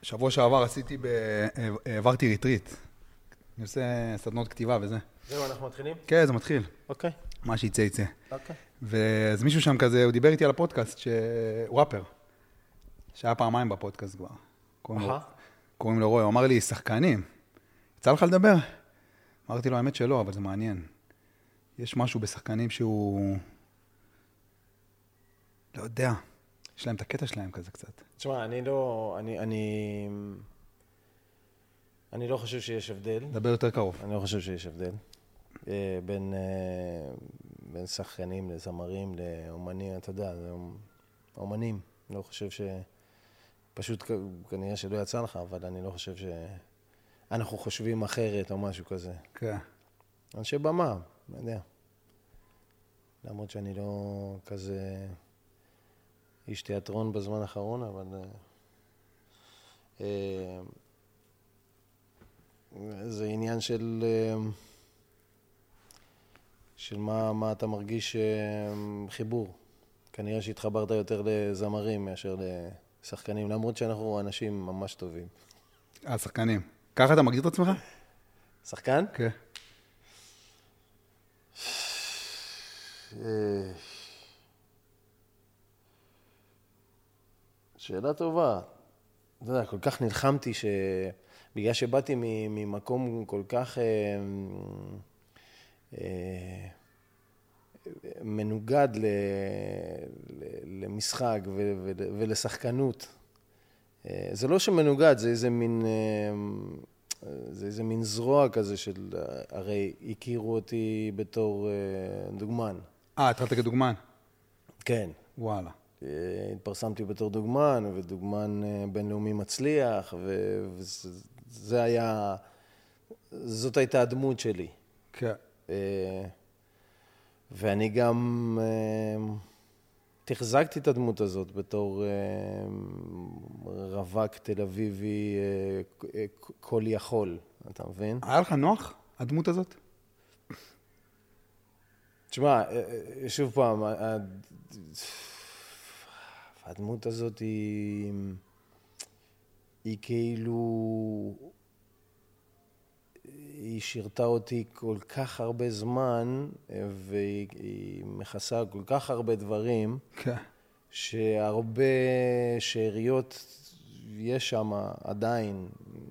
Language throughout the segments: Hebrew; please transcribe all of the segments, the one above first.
שבוע שעבר העברתי ריטריט. אני עושה סדנות כתיבה וזה. זהו, אנחנו מתחילים? כן, זה מתחיל. אוקיי. מה שיצא יצא. אוקיי. ואז מישהו שם כזה, הוא דיבר איתי על הפודקאסט, הוא ראפר, שהיה פעמיים בפודקאסט כבר. קוראים לו רוי, הוא אמר לי, שחקנים, יצא לך לדבר? אמרתי לו, האמת שלא, אבל זה מעניין. יש משהו בשחקנים שהוא... לא יודע. יש להם את הקטע שלהם כזה קצת. תשמע, אני לא חושב שיש הבדל. דבר יותר קרוב. אני לא חושב שיש הבדל. בין שחקנים לזמרים, לאומנים, אתה יודע, זה אומנים. אני לא חושב פשוט כנראה שלא יצא לך, אבל אני לא חושב אנחנו חושבים אחרת או משהו כזה. כן. אנשי במה, אני יודע. למרות שאני לא כזה איש תיאטרון בזמן האחרון, אבל זה עניין של מה אתה מרגיש חיבור. כנראה שהתחברת יותר לזמרים מאשר לשחקנים, למרות שאנחנו אנשים ממש טובים. שחקנים. ככה אתה מגדיר את עצמך? שחקן? כן. שאלה טובה. אתה יודע, כל כך נלחמתי בגלל שבאתי ממקום כל כך מנוגד למשחק ולשחקנות. זה לא שמנוגד, זה איזה מין זרוע כזה של... הרי הכירו אותי בתור דוגמן. התחלת כדוגמן? כן. וואלה. התפרסמתי בתור דוגמן, ודוגמן בינלאומי מצליח, וזה היה... זאת הייתה הדמות שלי. כן. ואני גם תחזקתי את הדמות הזאת בתור רווק תל אביבי כל יכול, אתה מבין? היה לך נוח, הדמות הזאת? תשמע, שוב פעם, הדמות הזאת היא כאילו... היא שירתה אותי כל כך הרבה זמן, והיא מכסה כל כך הרבה דברים, כן. שהרבה שאריות יש שם עדיין,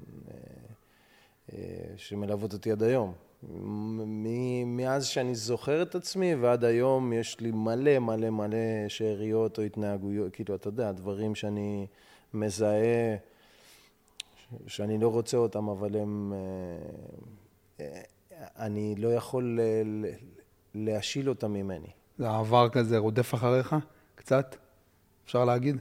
שמלוות אותי עד היום. מאז שאני זוכר את עצמי ועד היום יש לי מלא מלא מלא שאריות או התנהגויות, כאילו אתה יודע, דברים שאני מזהה, שאני לא רוצה אותם, אבל אני לא יכול להשיל אותם ממני. זה העבר כזה רודף אחריך? קצת? אפשר להגיד?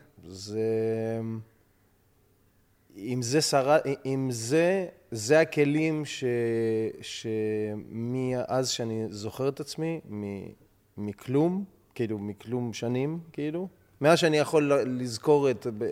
זה הכלים שמאז שאני זוכר את עצמי, מכלום, כאילו, מכלום שנים, כאילו. מאז שאני יכול לזכור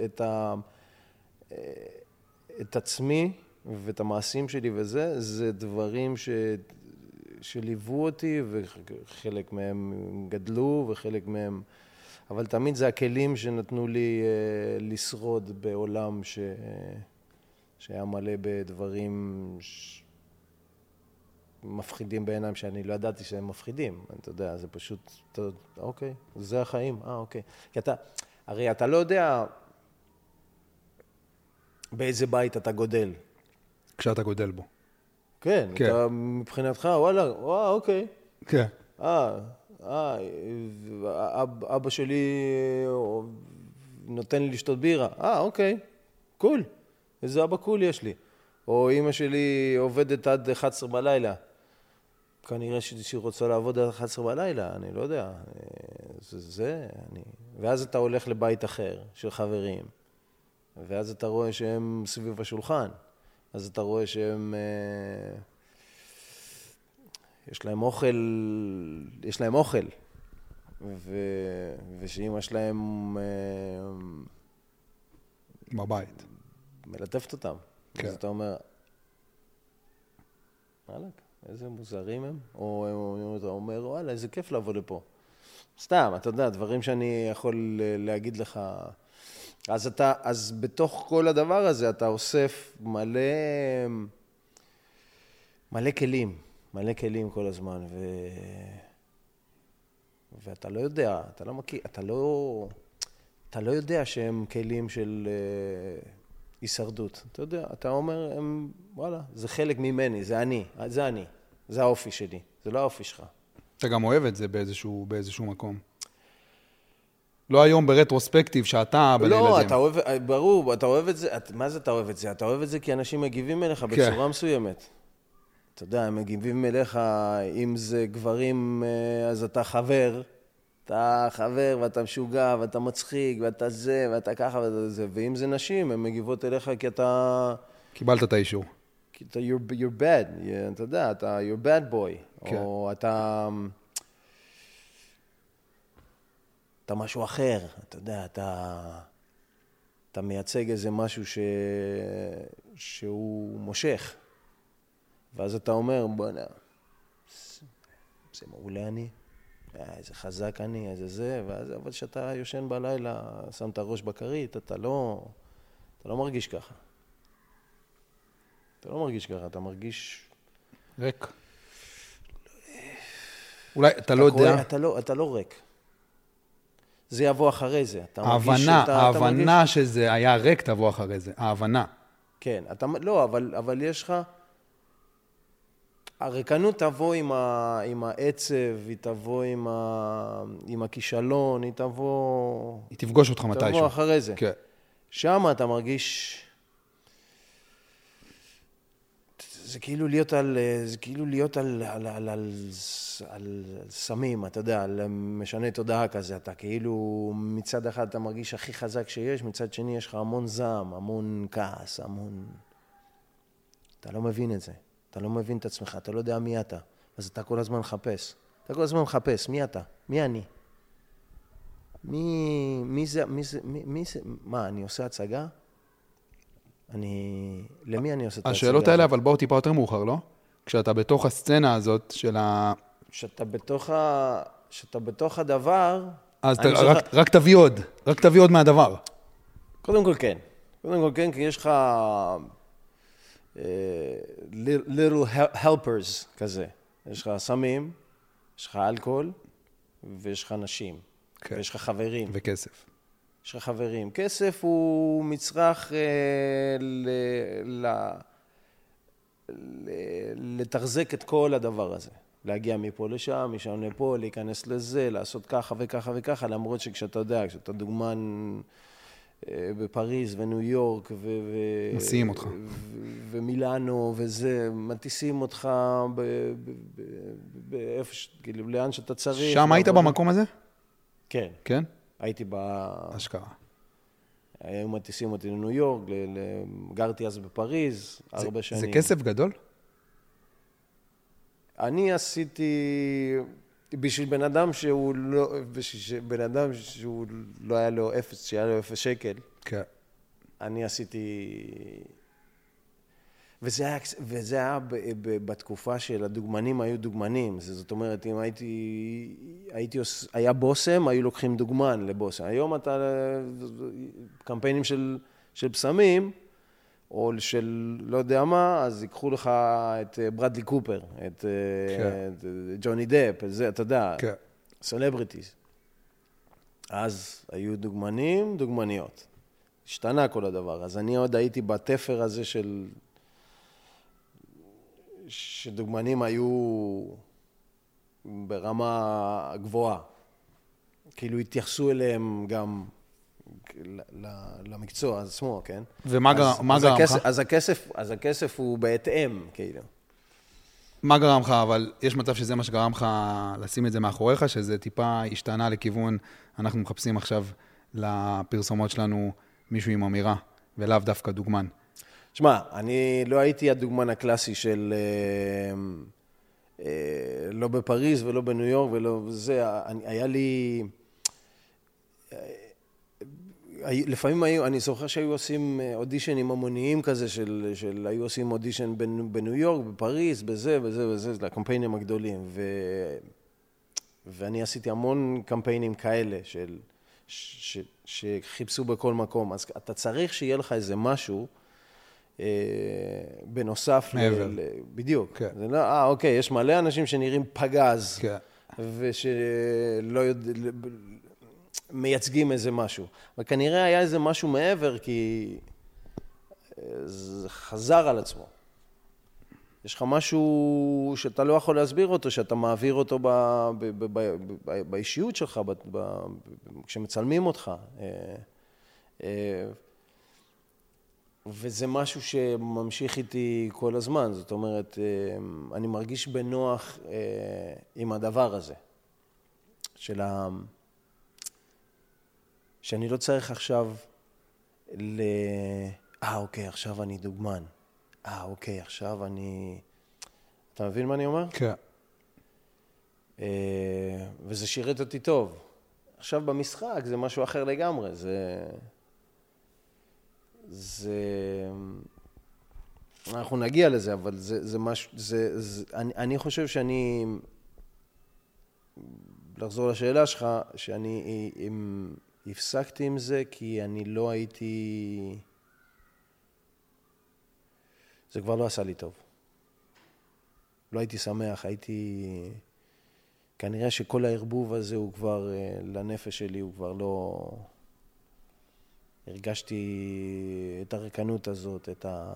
את עצמי ואת המעשים שלי וזה, זה דברים שליוו אותי, וחלק מהם גדלו וחלק מהם... אבל תמיד זה הכלים שנתנו לי לשרוד בעולם שהיה מלא בדברים מפחידים בעיניים, שאני לא ידעתי שהם מפחידים. אתה יודע, זה פשוט, אוקיי, זה החיים, אוקיי. כי הרי אתה לא יודע באיזה בית אתה גודל. כשאתה גודל בו. כן, אתה מבחינתך, וואלה, אוקיי. כן. אבא שלי נותן לי לשתות בירה. אוקיי, קול. איזה אבא קול יש לי. או אמא שלי עובדת עד 11 בלילה. כנראה שהיא רוצה לעבוד עד 11 בלילה, אני לא יודע. ואז אתה הולך לבית אחר של חברים. ואז אתה רואה שהם סביב השולחן. אז אתה רואה שהם... יש להם אוכל, ושאמא שלהם בבית. מלטפת אותם. כן. אז אתה אומר, וואלק, איזה מוזרים הם. או אתה אומר, וואלה, איזה כיף לבוא לפה. סתם, אתה יודע, דברים שאני יכול להגיד לך, אז בתוך כל הדבר הזה אתה אוסף מלא כלים כל הזמן, ואתה לא יודע, אתה לא מכיר, אתה לא יודע שהם כלים של הישרדות. אתה יודע, אתה אומר, וואלה, זה חלק ממני, זה אני, זה האופי שלי, זה לא האופי שלך. אתה גם אוהב את זה באיזשהו מקום. לא היום ברטרוספקטיב שאתה בן ילדים. לא, אתה אוהב, ברור, אתה אוהב את זה, מה זה אתה אוהב את זה? אתה אוהב את זה כי אנשים מגיבים אליך בצורה מסוימת. אתה יודע, הם מגיבים אליך, אם זה גברים, אז אתה חבר ואתה משוגע ואתה מצחיק ואתה זה ואתה ככה ואתה זה, ואם זה נשים, הן מגיבות אליך כי אתה... קיבלת את האישור. כי אתה, you're bad, אתה יודע, you're bad boy, כן. או אתה משהו אחר, אתה יודע, אתה מייצג איזה משהו שהוא מושך. ואז אתה אומר, בוא'נה, זה מעולה אני, איזה חזק אני, איזה זה, אבל כשאתה יושן בלילה, שם את הראש בכרית, אתה לא מרגיש ככה. אתה לא מרגיש ככה, אתה מרגיש... ריק. אולי, אתה לא יודע... אתה לא ריק. זה יבוא אחרי זה. ההבנה שזה היה ריק תבוא אחרי זה. ההבנה. כן, לא, אבל יש לך... הריקנות תבוא עם העצב, היא תבוא עם הכישלון, היא תבוא... היא תפגוש אותך מתישהו. תבוא אחרי זה. כן. שם אתה מרגיש... זה כאילו להיות על סמים, אתה יודע, על משנה תודעה כזה. אתה כאילו מצד אחד אתה מרגיש הכי חזק שיש, מצד שני יש לך המון זעם, המון כעס, המון... אתה לא מבין את זה. אתה לא מבין את עצמך, אתה לא יודע מי אתה. אז אתה כל הזמן מחפש. מי אתה? מי אני? מי זה? מה, אני עושה הצגה? למי אני עושה את ההצגה? השאלות האלה, אבל באו טיפה יותר מאוחר, לא? כשאתה בתוך הסצנה הזאת של ה... כשאתה בתוך הדבר... אז רק תביא עוד מהדבר. קודם כל כן, כי יש לך... little helpers כזה. יש לך סמים, יש לך אלכוהול, ויש לך נשים, ויש לך חברים. וכסף. יש לך חברים. כסף הוא מצרך לתחזק את כל הדבר הזה. להגיע מפה לשם, משם לפה, להיכנס לזה, לעשות ככה וככה וככה, למרות שכשאתה יודע, כשאתה דוגמן... בפריז וניו יורק מסיעים אותך. ומילאנו וזה, מטיסים אותך באיפה, כאילו, לאן שאתה צריך. שם היית במקום הזה? כן. כן? הייתי אשכרה. היו מטיסים אותי לניו יורק, גרתי אז בפריז, 4 שנים. זה כסף גדול? אני עשיתי... בשביל בן אדם שהוא לא היה לו 0, שהיה לו 0 שקל. כן. אני עשיתי... וזה היה בתקופה של הדוגמנים היו דוגמנים. זאת אומרת, אם היה בוסם, היו לוקחים דוגמן לבוסם. היום אתה... קמפיינים של פסמים, או של לא יודע מה, אז ייקחו לך את ברדלי קופר, את ג'וני דאפ, זה, אתה יודע, סלבריטיז. אז היו דוגמנים, דוגמניות. השתנה כל הדבר. אז אני עוד הייתי בתפר הזה שדוגמנים היו ברמה גבוהה. כאילו התייחסו אליהם גם... למקצוע עצמו, כן? ומה גרם לך? אז הכסף הוא בהתאם, כאילו. מה גרם לך? אבל יש מצב שזה מה שגרם לך לשים את זה מאחוריך, שזה טיפה השתנה לכיוון, אנחנו מחפשים עכשיו לפרסומות שלנו מישהו עם אמירה, ולאו דווקא דוגמן. תשמע, אני לא הייתי הדוגמן הקלאסי של... לא בפריז ולא בניו יורק ולא... זה, היה לי... לפעמים אני זוכר שהיו עושים אודישנים המוניים כזה, היו עושים אודישן בניו יורק, בפריז, בזה וזה וזה, לקמפיינים הגדולים. ואני עשיתי המון קמפיינים כאלה, שחיפשו בכל מקום. אז אתה צריך שיהיה לך איזה משהו, בנוסף בדיוק. כן. זה לא, אוקיי, יש מלא אנשים שנראים פגז, כן. ושלא מייצגים איזה משהו. וכנראה היה איזה משהו מעבר, כי זה חזר על עצמו. יש לך משהו שאתה לא יכול להסביר אותו, שאתה מעביר אותו באישיות שלך, כשמצלמים אותך. וזה משהו שממשיך איתי כל הזמן. זאת אומרת, אני מרגיש בנוח עם הדבר הזה. שאני לא צריך עכשיו אוקיי, עכשיו אני דוגמן. אוקיי, עכשיו אני... אתה מבין מה אני אומר? כן. וזה שירת אותי טוב. עכשיו במשחק זה משהו אחר לגמרי. אנחנו נגיע לזה, אבל זה משהו... אני חושב שאני... לחזור לשאלה שלך, שאני הפסקתי עם זה כי אני לא הייתי... זה כבר לא עשה לי טוב. לא הייתי שמח, כנראה שכל הערבוב הזה הוא כבר, לנפש שלי הוא כבר לא... הרגשתי את הרקנות הזאת,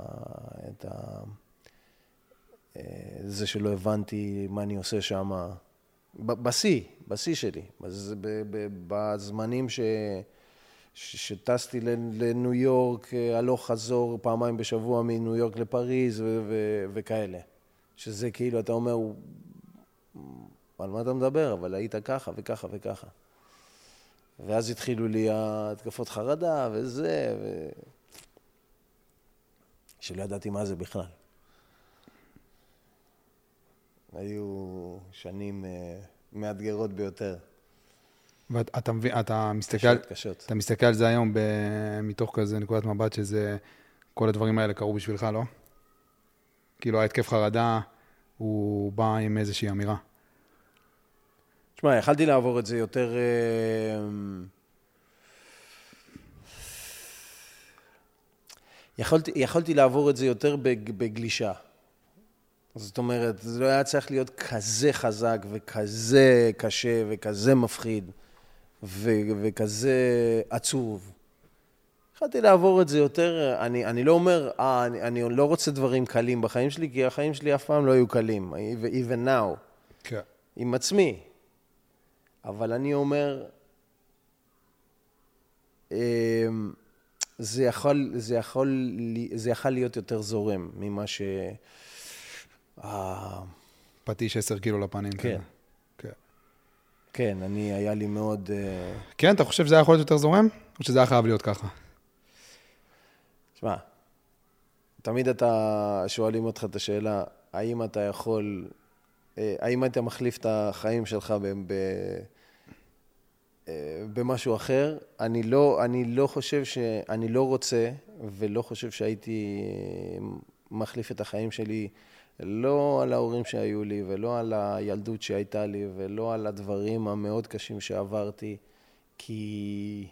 זה שלא הבנתי מה אני עושה שם. בשיא שלי. בזמנים שטסתי לניו יורק, הלוך חזור פעמיים בשבוע מניו יורק לפריז וכאלה. שזה כאילו, אתה אומר, על מה אתה מדבר? אבל היית ככה וככה וככה. ואז התחילו לי התקפות חרדה וזה, שלא ידעתי מה זה בכלל. היו שנים מאתגרות ביותר. ואתה מבין, אתה מסתכל על זה היום מתוך כזה נקודת מבט שזה, כל הדברים האלה קרו בשבילך, לא? כאילו ההתקף חרדה, הוא בא עם איזושהי אמירה. תשמע, יכלתי לעבור את זה יותר... יכולתי לעבור את זה יותר בגלישה. זאת אומרת, זה לא היה צריך להיות כזה חזק וכזה קשה וכזה מפחיד וכזה עצוב. יכולתי לעבור את זה יותר, אני לא אומר, אני לא רוצה דברים קלים בחיים שלי, כי החיים שלי אף פעם לא היו קלים, even now, כן. עם עצמי. אבל אני אומר, זה יכול להיות יותר זורם ממה ש... פטיש 10 קילו לפנים. כן. כן, היה לי מאוד... כן, אתה חושב שזה היה יכול להיות יותר זורם? או שזה היה חייב להיות ככה? תשמע, תמיד שואלים אותך את השאלה, האם אתה יכול... האם אתה מחליף את החיים שלך במשהו אחר? אני לא חושב אני לא רוצה, ולא חושב שהייתי מחליף את החיים שלי, לא על ההורים שהיו לי, ולא על הילדות שהייתה לי, ולא על הדברים המאוד קשים שעברתי, כי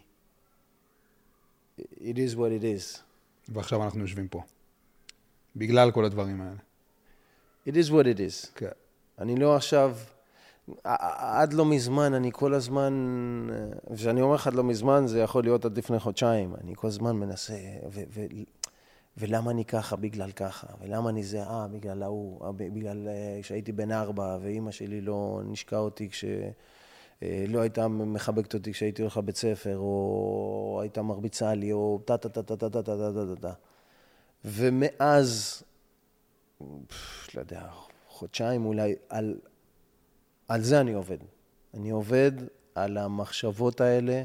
it is what it is. ועכשיו אנחנו יושבים פה. בגלל כל הדברים האלה. It is what it is. כן. אני לא עכשיו, עד לא מזמן, אני כל הזמן, וכשאני אומר לך עד לא מזמן, זה יכול להיות עד לפני חודשיים. אני כל הזמן מנסה, ולמה אני ככה בגלל ככה, ולמה אני זה, בגלל ההוא, בגלל שהייתי בן 4, ואמא שלי לא נשקעה אותי לא הייתה מחבקת אותי כשהייתי הולך לבית ספר, או הייתה מרביצה לי, או טה. ומאז, לא יודע, חודשיים אולי, על זה אני עובד. אני עובד על המחשבות האלה.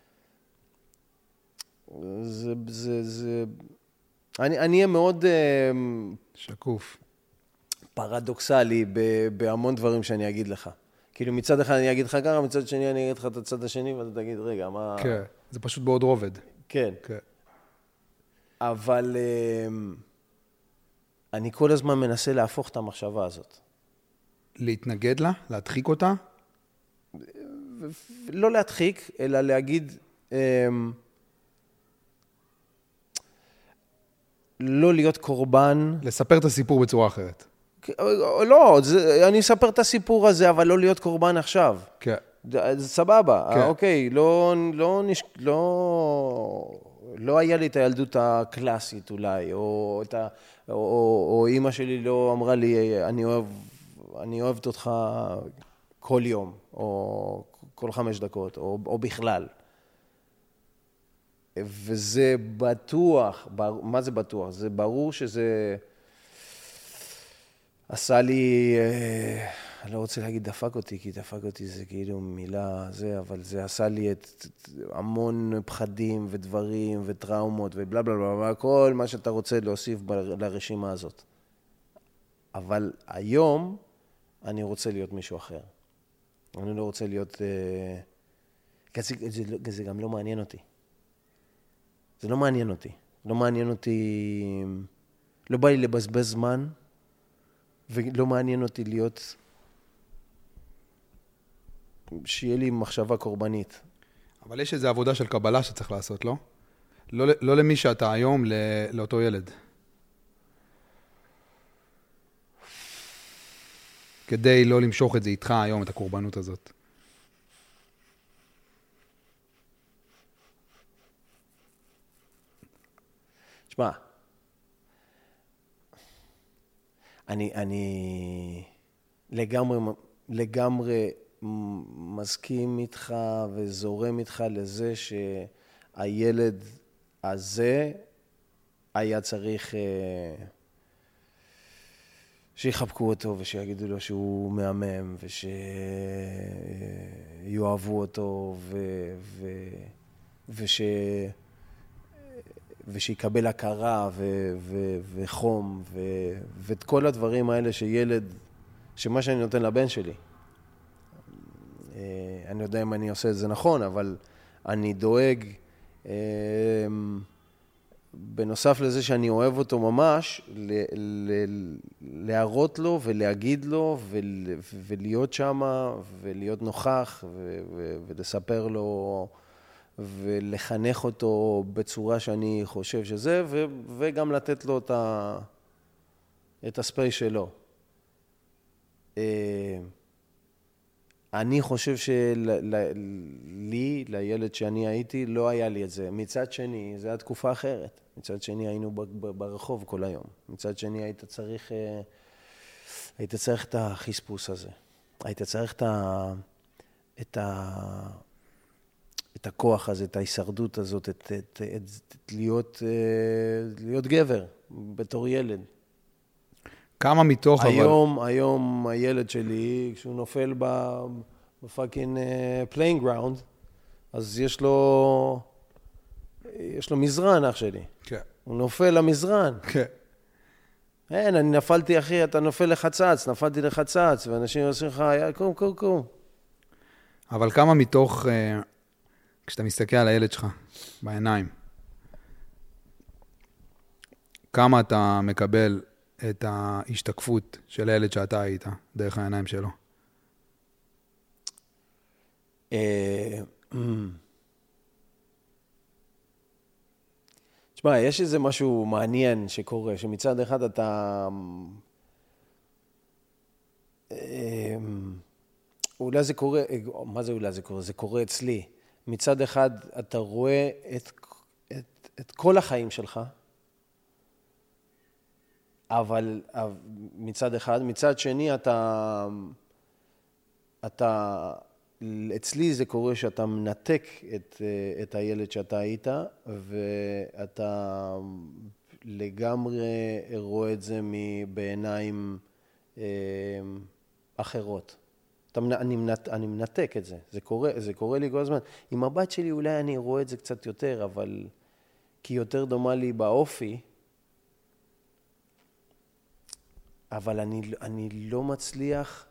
אני אהיה מאוד... שקוף. פרדוקסלי בהמון דברים שאני אגיד לך. כאילו מצד אחד אני אגיד לך ככה, מצד שני אני אגיד לך את הצד השני, ואתה תגיד, רגע, מה... כן, זה פשוט בעוד רובד. כן. אבל אני כל הזמן מנסה להפוך את המחשבה הזאת. להתנגד לה? להדחיק אותה? לא להדחיק, אלא להגיד, לא להיות קורבן. לספר את הסיפור בצורה אחרת. לא, אני אספר את הסיפור הזה, אבל לא להיות קורבן עכשיו. כן. סבבה, כן. אוקיי, לא היה לי את הילדות הקלאסית אולי, או אמא שלי לא אמרה לי, אני אוהבת אותך כל יום, או כל 5 דקות, או בכלל. וזה בטוח, מה זה בטוח? זה ברור שזה עשה לי, אני לא רוצה להגיד דפק אותי, כי דפק אותי זה כאילו מילה זה, אבל זה עשה לי המון פחדים ודברים וטראומות ובלה בלה בלה, כל מה שאתה רוצה להוסיף לרשימה הזאת. אבל היום אני רוצה להיות מישהו אחר. אני לא רוצה להיות, זה גם לא מעניין אותי. זה לא מעניין אותי. לא מעניין אותי, לא בא לי לבזבז זמן, ולא מעניין אותי להיות, שיהיה לי מחשבה קורבנית. אבל יש איזו עבודה של קבלה שצריך לעשות, לא? לא למי שאתה היום, לאותו ילד. כדי לא למשוך את זה איתך היום, את הקורבנות הזאת. תשמע, אני לגמרי מסכים איתך וזורם איתך לזה שהילד הזה היה צריך שיחבקו אותו ושיגידו לו שהוא מהמם ושיואהבו אותו ושיקבל הכרה וחום ואת כל הדברים האלה שילד, שמה שאני נותן לבן שלי. אני יודע אם אני עושה את זה נכון, אבל אני דואג, בנוסף לזה שאני אוהב אותו ממש, להראות לו ולהגיד לו ולהיות שם ולהיות נוכח ולספר לו ולחנך אותו בצורה שאני חושב שזה, וגם לתת לו את הספייס שלו. אני חושב שלי, לילד שאני הייתי, לא היה לי את זה. מצד שני, זו הייתה תקופה אחרת. מצד שני, היינו ברחוב כל היום. מצד שני, היית צריך את החספוס הזה. היית צריך את הכוח הזה, את ההישרדות הזאת, להיות גבר בתור ילד. כמה מתוך היום הילד שלי, כשהוא נופל בפאקינג פליינג גראונד, אז יש לו מזרן, אח שלי. כן. הוא נופל למזרן. כן. אין, אני נפלתי, אחי, אתה נופל לחצץ, נפלתי לחצץ, ואנשים עושים לך, קום. אבל כמה מתוך, כשאתה מסתכל על הילד שלך בעיניים, כמה אתה מקבל את ההשתקפות של הילד שאתה היית, דרך העיניים שלו? תשמע, יש איזה משהו מעניין שקורה, שמצד אחד אתה אולי זה קורה, מה זה אולי זה קורה? זה קורה אצלי. מצד אחד אתה רואה את כל החיים שלך, אבל מצד אחד, מצד שני אצלי זה קורה שאתה מנתק את הילד שאתה היית, ואתה לגמרי רואה את זה בעיניים אחרות. אני מנתק את זה. זה קורה לי כל הזמן. עם הבת שלי אולי אני רואה את זה קצת יותר, אבל כי יותר דומה לי באופי, אבל אני לא מצליח,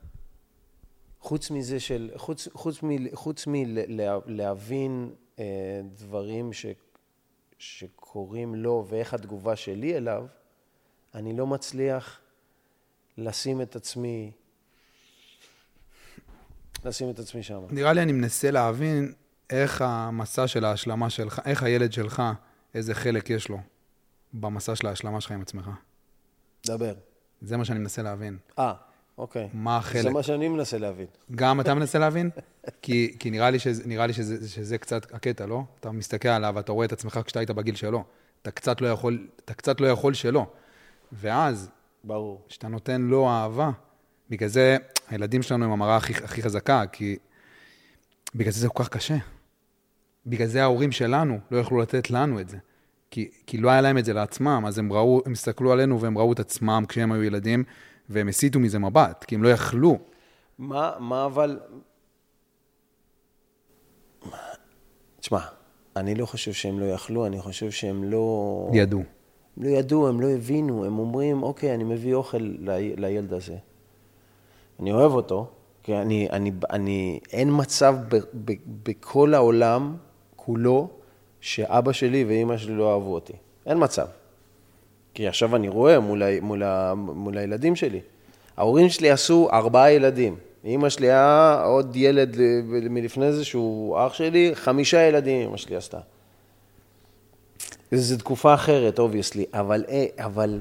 חוץ מלהבין דברים שקורים לו ואיך התגובה שלי אליו, אני לא מצליח לשים את עצמי שם. נראה לי אני מנסה להבין איך המסע של ההשלמה שלך, איך הילד שלך, איזה חלק יש לו במסע של ההשלמה שלך עם עצמך? דבר. זה מה שאני מנסה להבין. אוקיי. מה החלק? זה מה שאני מנסה להבין. גם אתה מנסה להבין? כי נראה לי שזה קצת הקטע, לא? אתה מסתכל עליו, אתה רואה את עצמך כשאתה היית בגיל שלו. אתה קצת לא יכול שלו. ואז, ברור. שאתה נותן לו אהבה, בגלל זה הילדים שלנו הם המראה הכי חזקה, כי בגלל זה כל כך קשה. בגלל זה ההורים שלנו לא יכלו לתת לנו את זה. כי לא היה להם את זה לעצמם, אז הם הסתכלו עלינו והם ראו את עצמם כשהם היו ילדים, והם הסיטו מזה מבט, כי הם לא יכלו. מה אבל... תשמע, אני לא חושב שהם לא יכלו, אני חושב שהם לא... ידעו. הם לא ידעו, הם לא הבינו, הם אומרים, אוקיי, אני מביא אוכל לילד הזה. אני אוהב אותו, כי אין מצב בכל העולם כולו, שאבא שלי ואמא שלי לא אהבו אותי. אין מצב. כי עכשיו אני רואה מול הילדים שלי. ההורים שלי עשו 4 ילדים. אמא שלי היה עוד ילד מלפני זה שהוא אח שלי, 5 ילדים אמא שלי עשתה. זו תקופה אחרת, obviously, אבל...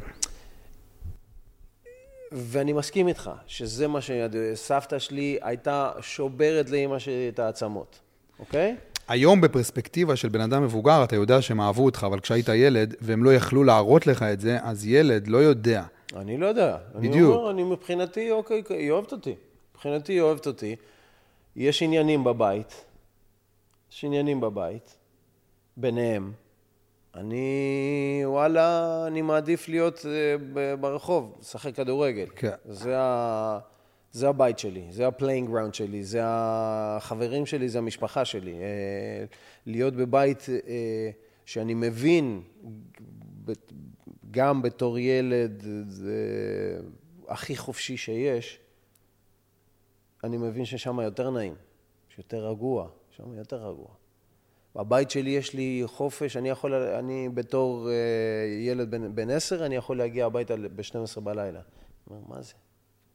ואני מסכים איתך, שזה מה שסבתא שלי הייתה שוברת לאמא שלי את העצמות, אוקיי? היום בפרספקטיבה של בן אדם מבוגר, אתה יודע שהם אהבו אותך, אבל כשהיית ילד, והם לא יכלו להראות לך את זה, אז ילד לא יודע. אני לא יודע. בדיוק. אני מבחינתי, אוקיי, היא אוהבת אותי. מבחינתי היא אוהבת אותי. יש עניינים בבית. ביניהם. אני מעדיף להיות ברחוב, לשחק כדורגל. כן. זה הבית שלי, זה ה-playing ground שלי, זה החברים שלי, זה המשפחה שלי. להיות בבית שאני מבין, גם בתור ילד, זה הכי חופשי שיש, אני מבין ששם יותר נעים, שיותר רגוע, שם יותר רגוע. בבית שלי יש לי חופש, אני בתור ילד בן 10, אני יכול להגיע הביתה ב-12 בלילה. מה זה?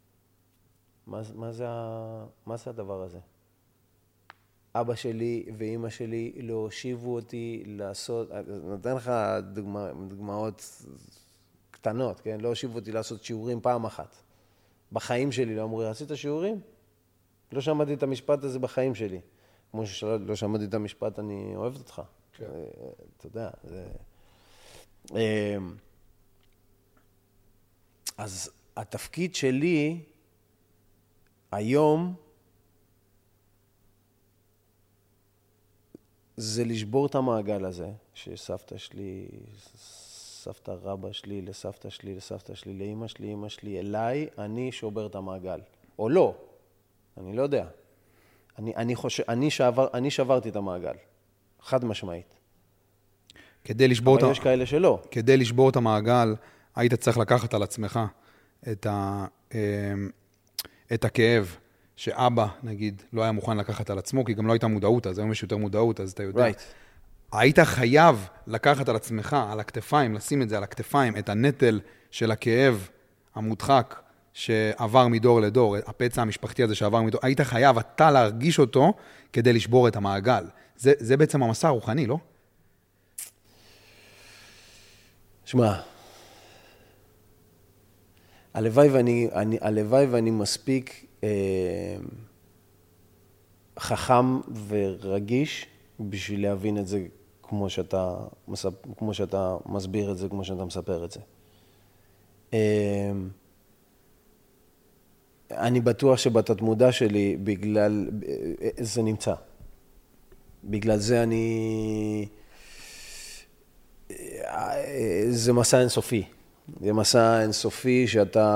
מה זה הדבר הזה? אבא שלי ואמא שלי לא הושיבו אותי לעשות, נותן לך דוגמאות קטנות, כן? לא הושיבו אותי לעשות שיעורים פעם אחת. בחיים שלי לא אמרו, עשית שיעורים? לא שמעתי את המשפט הזה בחיים שלי. כמו שלא שמעתי את המשפט, אני אוהבת אותך. כן. אתה יודע, אז התפקיד שלי היום זה לשבור את המעגל הזה, שסבתא שלי, סבתא רבא שלי, לסבתא שלי, לסבתא שלי, לאמא שלי, אמא שלי, אליי, אני שובר את המעגל. או לא, אני לא יודע. אני שברתי את המעגל, חד משמעית. כדי לשבור אבל יש כאלה שלא. כדי לשבור את המעגל, היית צריך לקחת על עצמך את הכאב שאבא, נגיד, לא היה מוכן לקחת על עצמו, כי גם לא הייתה מודעות, אז היום יש יותר מודעות, אז אתה יודע. Right. היית חייב לקחת על עצמך, על הכתפיים, לשים את זה על הכתפיים, את הנטל של הכאב המודחק, שעבר מדור לדור, הפצע המשפחתי הזה שעבר מדור, היית חייב אתה להרגיש אותו כדי לשבור את המעגל. זה בעצם המסע הרוחני, לא? שמע, הלוואי ואני מספיק חכם ורגיש בשביל להבין את זה כמו שאתה מסביר את זה, כמו שאתה מספר את זה. אני בטוח שבתת-מודע שלי, בגלל זה נמצא. בגלל זה זה מסע אינסופי. זה מסע אינסופי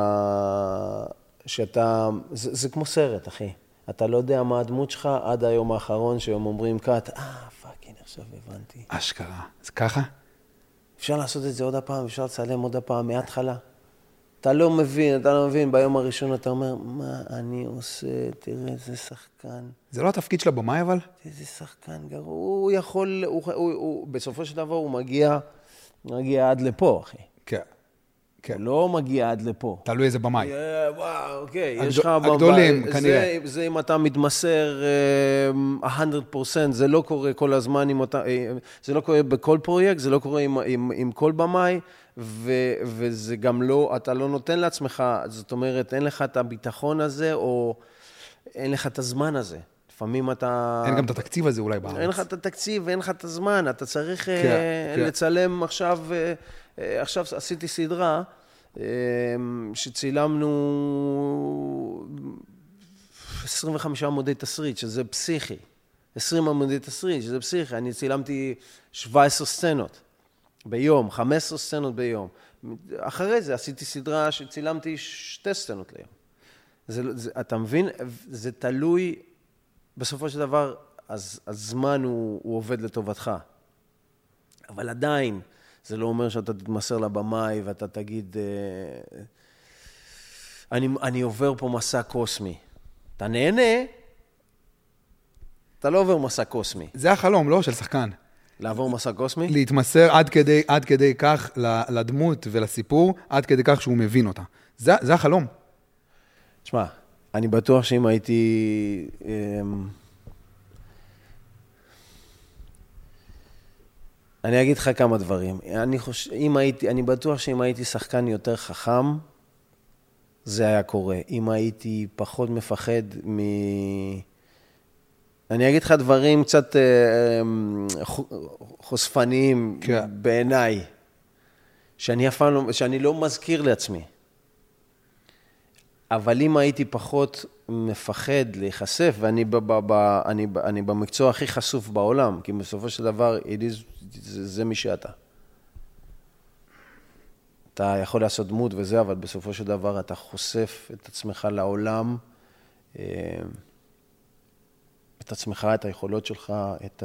שאתה, זה כמו סרט, אחי. אתה לא יודע מה הדמות שלך עד היום האחרון שהם אומרים קאט, פאקינג, עכשיו הבנתי. אשכרה. זה ככה? אפשר לעשות את זה עוד הפעם, אפשר לצלם עוד הפעם מההתחלה. אתה לא מבין, ביום הראשון אתה אומר, מה אני עושה, תראה איזה שחקן. זה לא התפקיד של הבמאי אבל? איזה שחקן גרוע, הוא יכול, בסופו של דבר הוא מגיע עד לפה, אחי. כן. הוא לא מגיע עד לפה. תלוי איזה במאי. וואו, אוקיי, יש לך... הגדולים, כנראה. זה אם אתה מתמסר 100%, זה לא קורה כל הזמן, זה לא קורה בכל פרויקט, זה לא קורה עם כל במאי, וזה גם לא, אתה לא נותן לעצמך, זאת אומרת, אין לך את הביטחון הזה, או אין לך את הזמן הזה. לפעמים אתה... אין גם את התקציב הזה אולי בארץ. אין לך את התקציב ואין לך את הזמן, אתה צריך לצלם עכשיו, עכשיו עשיתי סדרה, שצילמנו 25 עמודי תסריט, שזה פסיכי. 20 עמודי תסריט, שזה פסיכי. אני צילמתי 17 סצנות ביום, 15 סצנות ביום. אחרי זה עשיתי סדרה שצילמתי 2 סצנות ליום. אתה מבין? זה תלוי, בסופו של דבר, הזמן הוא עובד לטובתך. אבל עדיין, זה לא אומר שאתה תתמסר לבמאי ואתה תגיד, אני עובר פה מסע קוסמי. אתה נהנה, אתה לא עובר מסע קוסמי. זה החלום, לא? של שחקן. לעבור מסע קוסמי? להתמסר עד כדי כך לדמות ולסיפור, עד כדי כך שהוא מבין אותה. זה החלום. תשמע, אני בטוח שאם הייתי... אני אגיד לך כמה דברים. אני בטוח שאם הייתי שחקן יותר חכם, זה היה קורה. אם הייתי פחות מפחד אני אגיד לך דברים קצת חושפניים בעיניי, שאני לא מזכיר לעצמי. אבל אם הייתי פחות מפחד להיחשף, ואני במקצוע הכי חשוף בעולם, כי בסופו של דבר, זה מי שאתה. אתה יכול לעשות דמות וזה, אבל בסופו של דבר אתה חושף את עצמך לעולם, את עצמך, את היכולות שלך, את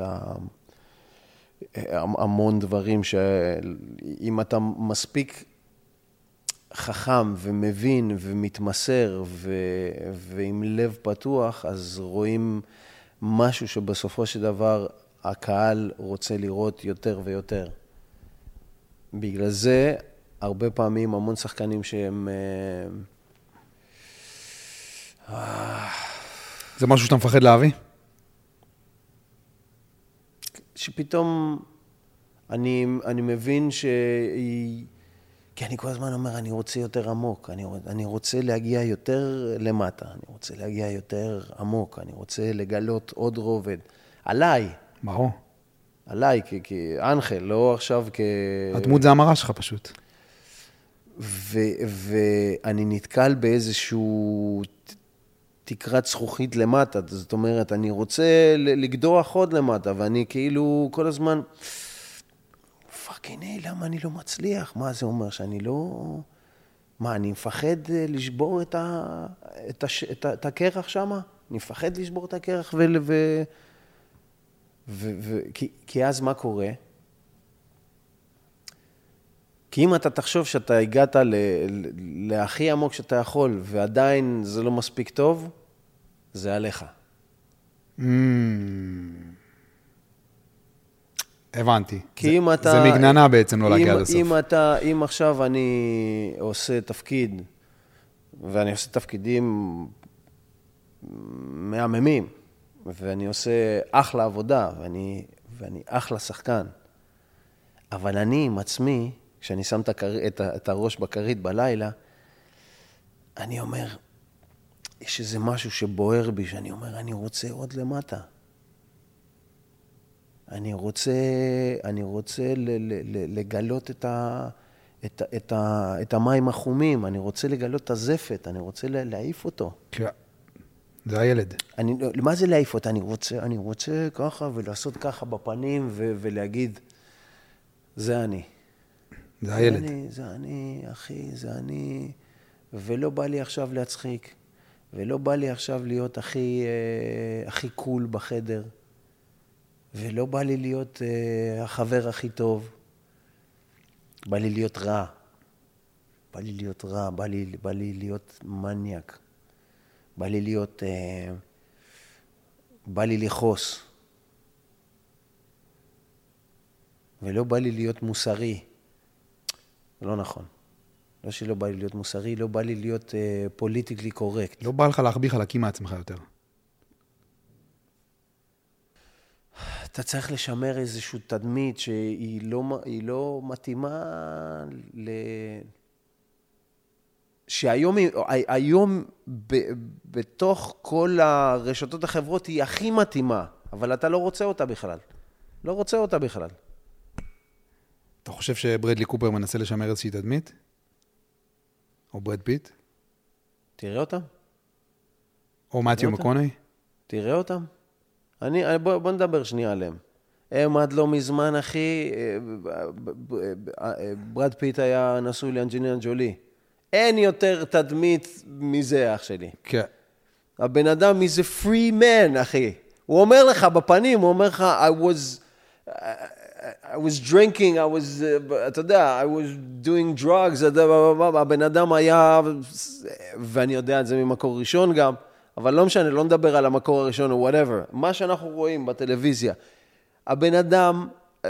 המון דברים שאם אתה מספיק חכם ומבין ומתמסר ועם לב פתוח, אז רואים משהו שבסופו של דבר הקהל רוצה לראות יותר ויותר. בגלל זה, הרבה פעמים המון שחקנים שהם... זה משהו שאתה מפחד להביא? שפתאום אני מבין כי אני כל הזמן אומר, אני רוצה יותר עמוק, אני רוצה להגיע יותר למטה, אני רוצה להגיע יותר עמוק, אני רוצה לגלות עוד רובד. עליי. ברור. עליי, כאנחל, לא עכשיו הדמות זה המראה שלך פשוט. ואני נתקל באיזשהו תקרת זכוכית למטה, זאת אומרת, אני רוצה לגדוח עוד למטה, ואני כאילו כל הזמן... הנה, למה אני לא מצליח? מה זה אומר? שאני לא... מה, אני מפחד לשבור את הקרח שם? אני מפחד לשבור את הקרח כי אז מה קורה? כי אם אתה תחשוב שאתה הגעת להכי עמוק שאתה יכול, ועדיין זה לא מספיק טוב, זה עליך. הבנתי. זה מגננה בעצם לא להגיע עד הסוף. אם עכשיו אני עושה תפקיד, ואני עושה תפקידים מהממים, ואני עושה אחלה עבודה, ואני אחלה שחקן, אבל אני עם עצמי, כשאני שם את הראש בכרית בלילה, אני אומר, יש איזה משהו שבוער בי, שאני אומר, אני רוצה עוד למטה. אני רוצה לגלות את המים החומים, אני רוצה לגלות את הזפת, אני רוצה להעיף אותו. כן, זה הילד. מה זה להעיף אותו? אני רוצה ככה ולעשות ככה בפנים ולהגיד, זה אני. זה הילד. זה אני, אחי, זה אני, ולא בא לי עכשיו להצחיק, ולא בא לי עכשיו להיות הכי קול בחדר. ולא בא לי להיות החבר הכי טוב, בא לי להיות רע, בא לי להיות מניאק, בא לי לחוס, ולא בא לי להיות מוסרי. לא נכון. לא שלא בא לי להיות מוסרי, לא בא לי להיות פוליטיקלי קורקט. לא בא לך להחביא חלקים מעצמך יותר. אתה צריך לשמר איזושהי תדמית שהיא לא מתאימה שהיום בתוך כל הרשתות החברות היא הכי מתאימה, אבל אתה לא רוצה אותה בכלל. לא רוצה אותה בכלל. אתה חושב שברדלי קופר מנסה לשמר איזושהי תדמית? או ברד פיט? תראה אותם. או מתיו מקונאי? תראה אותם. בוא נדבר שנייה עליהם. הם עד לא מזמן, אחי, ברד פיט היה נשוי לאנג'לינה ג'ולי. אין יותר תדמית מזה, אח שלי. כן. הבן אדם is a free man, אחי. הוא אומר לך בפנים, הוא אומר לך, I was drinking, אתה יודע, I was doing drugs, הבן אדם היה, ואני יודע את זה ממקור ראשון גם, אבל לא משנה, לא נדבר על המקור הראשון או whatever. מה שאנחנו רואים בטלוויזיה, הבן אדם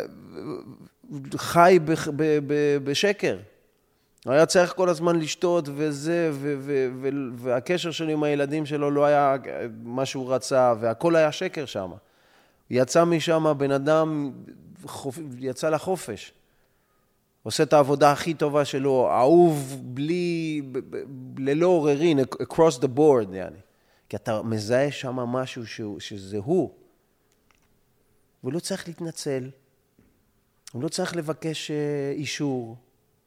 חי בשקר. הוא היה צריך כל הזמן לשתות וזה, והקשר שלו עם הילדים שלו לא היה מה שהוא רצה, והכל היה שקר שם. יצא משם, בן אדם יצא לחופש. עושה את העבודה הכי טובה שלו, אהוב ללא עוררין, across the board, יעני. כי אתה מזהה שם משהו שזה הוא. הוא לא צריך להתנצל, הוא לא צריך לבקש אישור.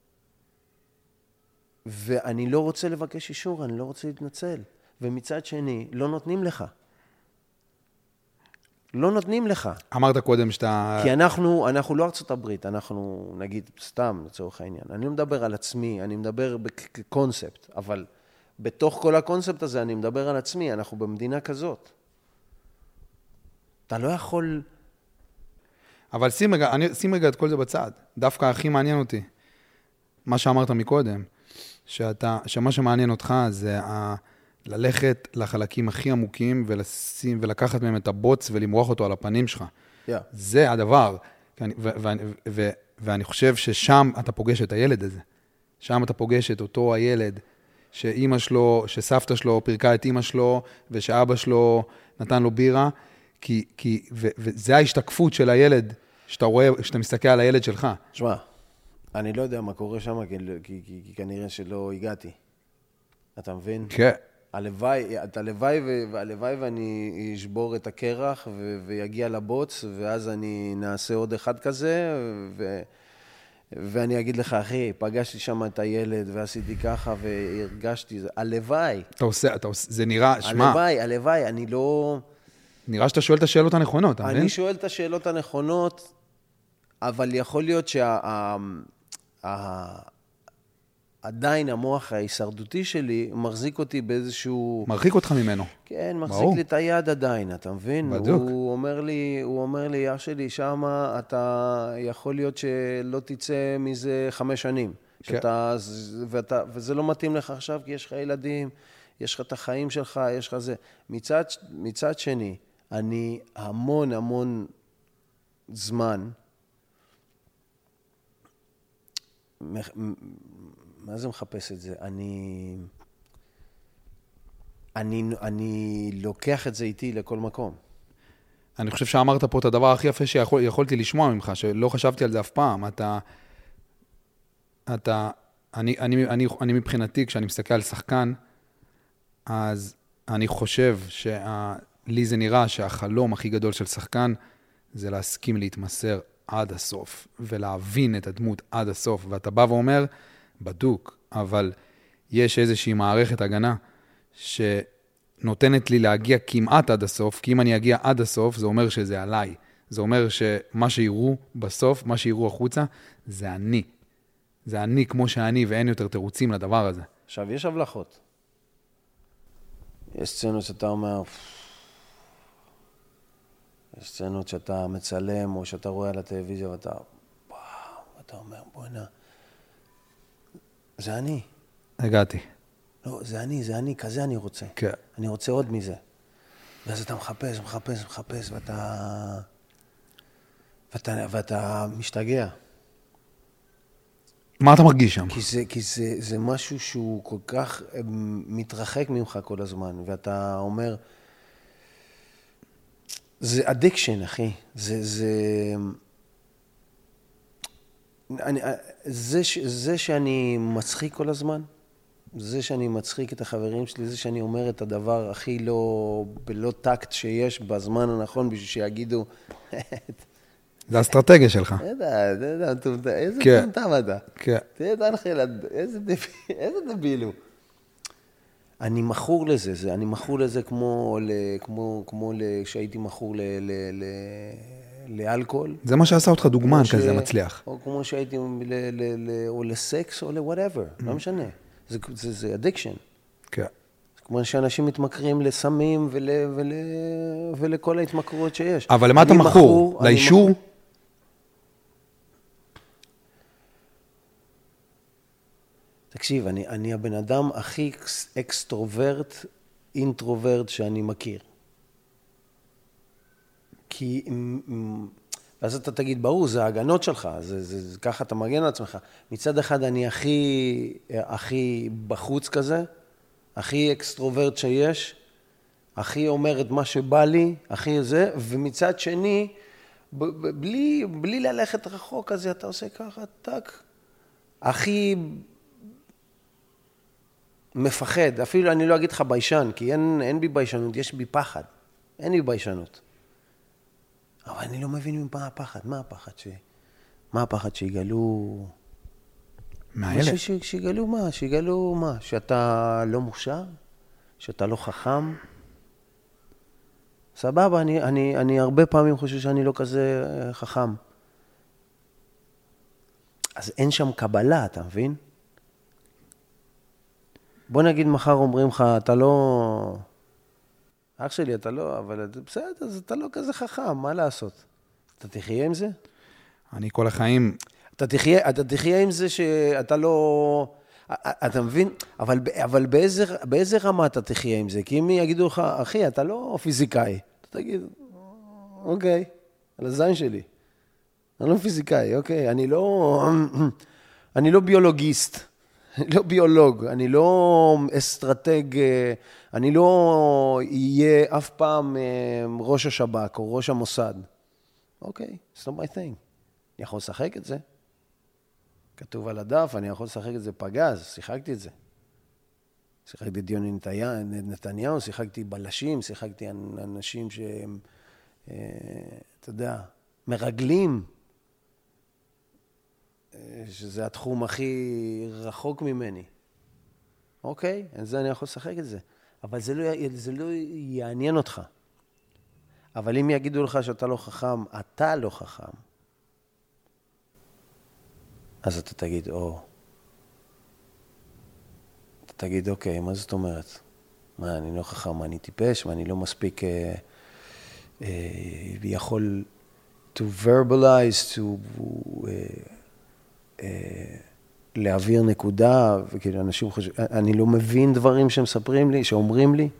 ואני לא רוצה לבקש אישור, אני לא רוצה להתנצל. ומצד שני, לא נותנים לך. לא נותנים לך. אמרת קודם שאתה... כי אנחנו לא ארצות הברית, אנחנו נגיד סתם לצורך העניין. אני לא מדבר על עצמי, אני מדבר כקונספט, אבל בתוך כל הקונספט הזה אני מדבר על עצמי, אנחנו במדינה כזאת. אתה לא יכול... אבל שים רגע את כל זה בצד. דווקא הכי מעניין אותי. מה שאמרת מקודם, שמה שמעניין אותך זה ללכת לחלקים הכי עמוקים ולקחת מהם את הבוץ ולמרוח אותו על הפנים שלך. Yeah. זה הדבר. ואני חושב ששם אתה פוגש את הילד הזה. שם אתה פוגש את אותו הילד שאמא שלו, שסבתא שלו פרקה את אמא שלו, ושאבא שלו נתן לו בירה, וזה ההשתקפות של הילד, שאתה רואה, שאתה מסתכל על הילד שלך. שמע, אני לא יודע מה קורה שם, כי כנראה שלא הגעתי. אתה מבין? כן. הלוואי ואני אשבור את הקרח ויגיע לבוץ, ואז אני נעשה עוד אחד כזה, ואני אגיד לך, אחי, פגשתי שם את הילד, ועשיתי ככה, והרגשתי, הלוואי. אתה עושה, זה נראה, שמה. הלוואי, אני לא... נראה שאתה שואל את השאלות הנכונות, אתה מבין? אני שואל את השאלות הנכונות, אבל יכול להיות עדיין המוח ההישרדותי שלי מחזיק אותי באיזשהו... מרחיק אותך ממנו. כן, מחזיק לי את היד עדיין, אתה מבין? בדיוק. הוא אומר לי, אח שלי, שמה אתה יכול להיות שלא תצא מזה 5 שנים. כן. וזה לא מתאים לך עכשיו, כי יש לך ילדים, יש לך את החיים שלך, יש לך זה. מצד שני, אני המון זמן, מה זה מחפש את זה? אני לוקח את זה איתי לכל מקום. אני חושב שאמרת פה את הדבר הכי יפה שיכולתי לשמוע ממך, שלא חשבתי על זה אף פעם. אני מבחינתי, כשאני מסתכל על שחקן, אז אני חושב לי זה נראה שהחלום הכי גדול של שחקן, זה להסכים להתמסר עד הסוף, ולהבין את הדמות עד הסוף. ואתה בא ואומר, בדוק, אבל יש איזושהי מערכת הגנה שנותנת לי להגיע כמעט עד הסוף, כי אם אני אגיע עד הסוף, זה אומר שזה עליי. זה אומר שמה שיראו בסוף, מה שיראו החוצה, זה אני. זה אני כמו שאני, ואין יותר תירוצים לדבר הזה. עכשיו, יש הבלחות. יש סצנות שאתה אומר... יש סצנות שאתה מצלם, או שאתה רואה על הטלוויזיה, ואתה... וואו, אתה אומר, בוא'נה... זה אני. הגעתי. לא, זה אני, כזה אני רוצה. כן. אני רוצה עוד מזה. ואז אתה מחפש, ואתה משתגע. מה אתה מרגיש שם? כי זה משהו שהוא כל כך מתרחק ממך כל הזמן, ואתה אומר, זה אדיקשן, אחי. זה שאני מצחיק כל הזמן, זה שאני מצחיק את החברים שלי, זה שאני אומר את הדבר הכי בלא טקט שיש בזמן הנכון בשביל שיגידו, זה האסטרטגיה שלך. איזה טומטם אתה. תראה, איזה דביל הוא. אני מכור לזה, אני מכור לזה כמו שהייתי מכור לאלכוהול. זה מה שעשה אותך דוגמן כזה מצליח. או כמו שהייתי, או לסקס או ל-whatever, לא משנה. זה addiction. כן. כמו שאנשים מתמכרים לסמים ולכל ההתמכרויות שיש. אבל למה אתה מכור? לאישור? תקשיב, אני הבן אדם הכי אקסטרוברט, אינטרוברט שאני מכיר. כי, ואז אתה תגיד, ברור, זה ההגנות שלך, ככה אתה מגן על עצמך. מצד אחד אני הכי בחוץ כזה, הכי אקסטרוברט שיש, הכי אומר את מה שבא לי, הכי זה, ומצד שני, בלי ללכת רחוק, אז אתה עושה ככה, טק, הכי מפחד, אפילו אני לא אגיד לך ביישן, כי אין בי ביישנות, יש בי פחד, אין לי ביישנות. אבל אני לא מבין מה הפחד, מה הפחד שיגלו... מהילד? שיגלו מה? שאתה לא מוכשר? שאתה לא חכם? סבבה, אני הרבה פעמים חושב שאני לא כזה חכם. אז אין שם קבלה, אתה מבין? בוא נגיד מחר אומרים לך, אתה לא... אח שלי, אתה לא, אבל בסדר, אז אתה לא כזה חכם, מה לעשות? אתה תחיה עם זה? אני כל החיים... אתה תחיה עם זה שאתה לא... אתה מבין? אבל באיזה רמה אתה תחיה עם זה? כי אם יגידו לך, אחי, אתה לא פיזיקאי. אתה תגיד, אוקיי, על הזין שלי. אני לא פיזיקאי, אוקיי, אני לא ביולוגיסט. אני לא ביולוג, אני לא אסטרטג, אני לא אהיה אף פעם ראש השב"כ או ראש המוסד. אוקיי, it's not my thing. אני יכול לשחק את זה. כתוב על הדף, אני יכול לשחק את זה פגז, שיחקתי את זה. שיחקתי את יוני נתניהו, שיחקתי בלשים, שיחקתי אנשים שהם, אתה יודע, מרגלים. שזה התחום הכי רחוק ממני. אוקיי? אז אני יכול לשחק את זה. אבל זה לא יעניין אותך. אבל אם יגידו לך שאתה לא חכם, אתה לא חכם, אז אתה תגיד, אתה תגיד, אוקיי, מה זאת אומרת? מה, אני לא חכם, מה, אני טיפש, מה, אני לא מספיק יכול to verbalize, to... להעביר נקודה, וכאילו אנשים חושבים, אני לא מבין דברים שמספרים לי, שאומרים לי,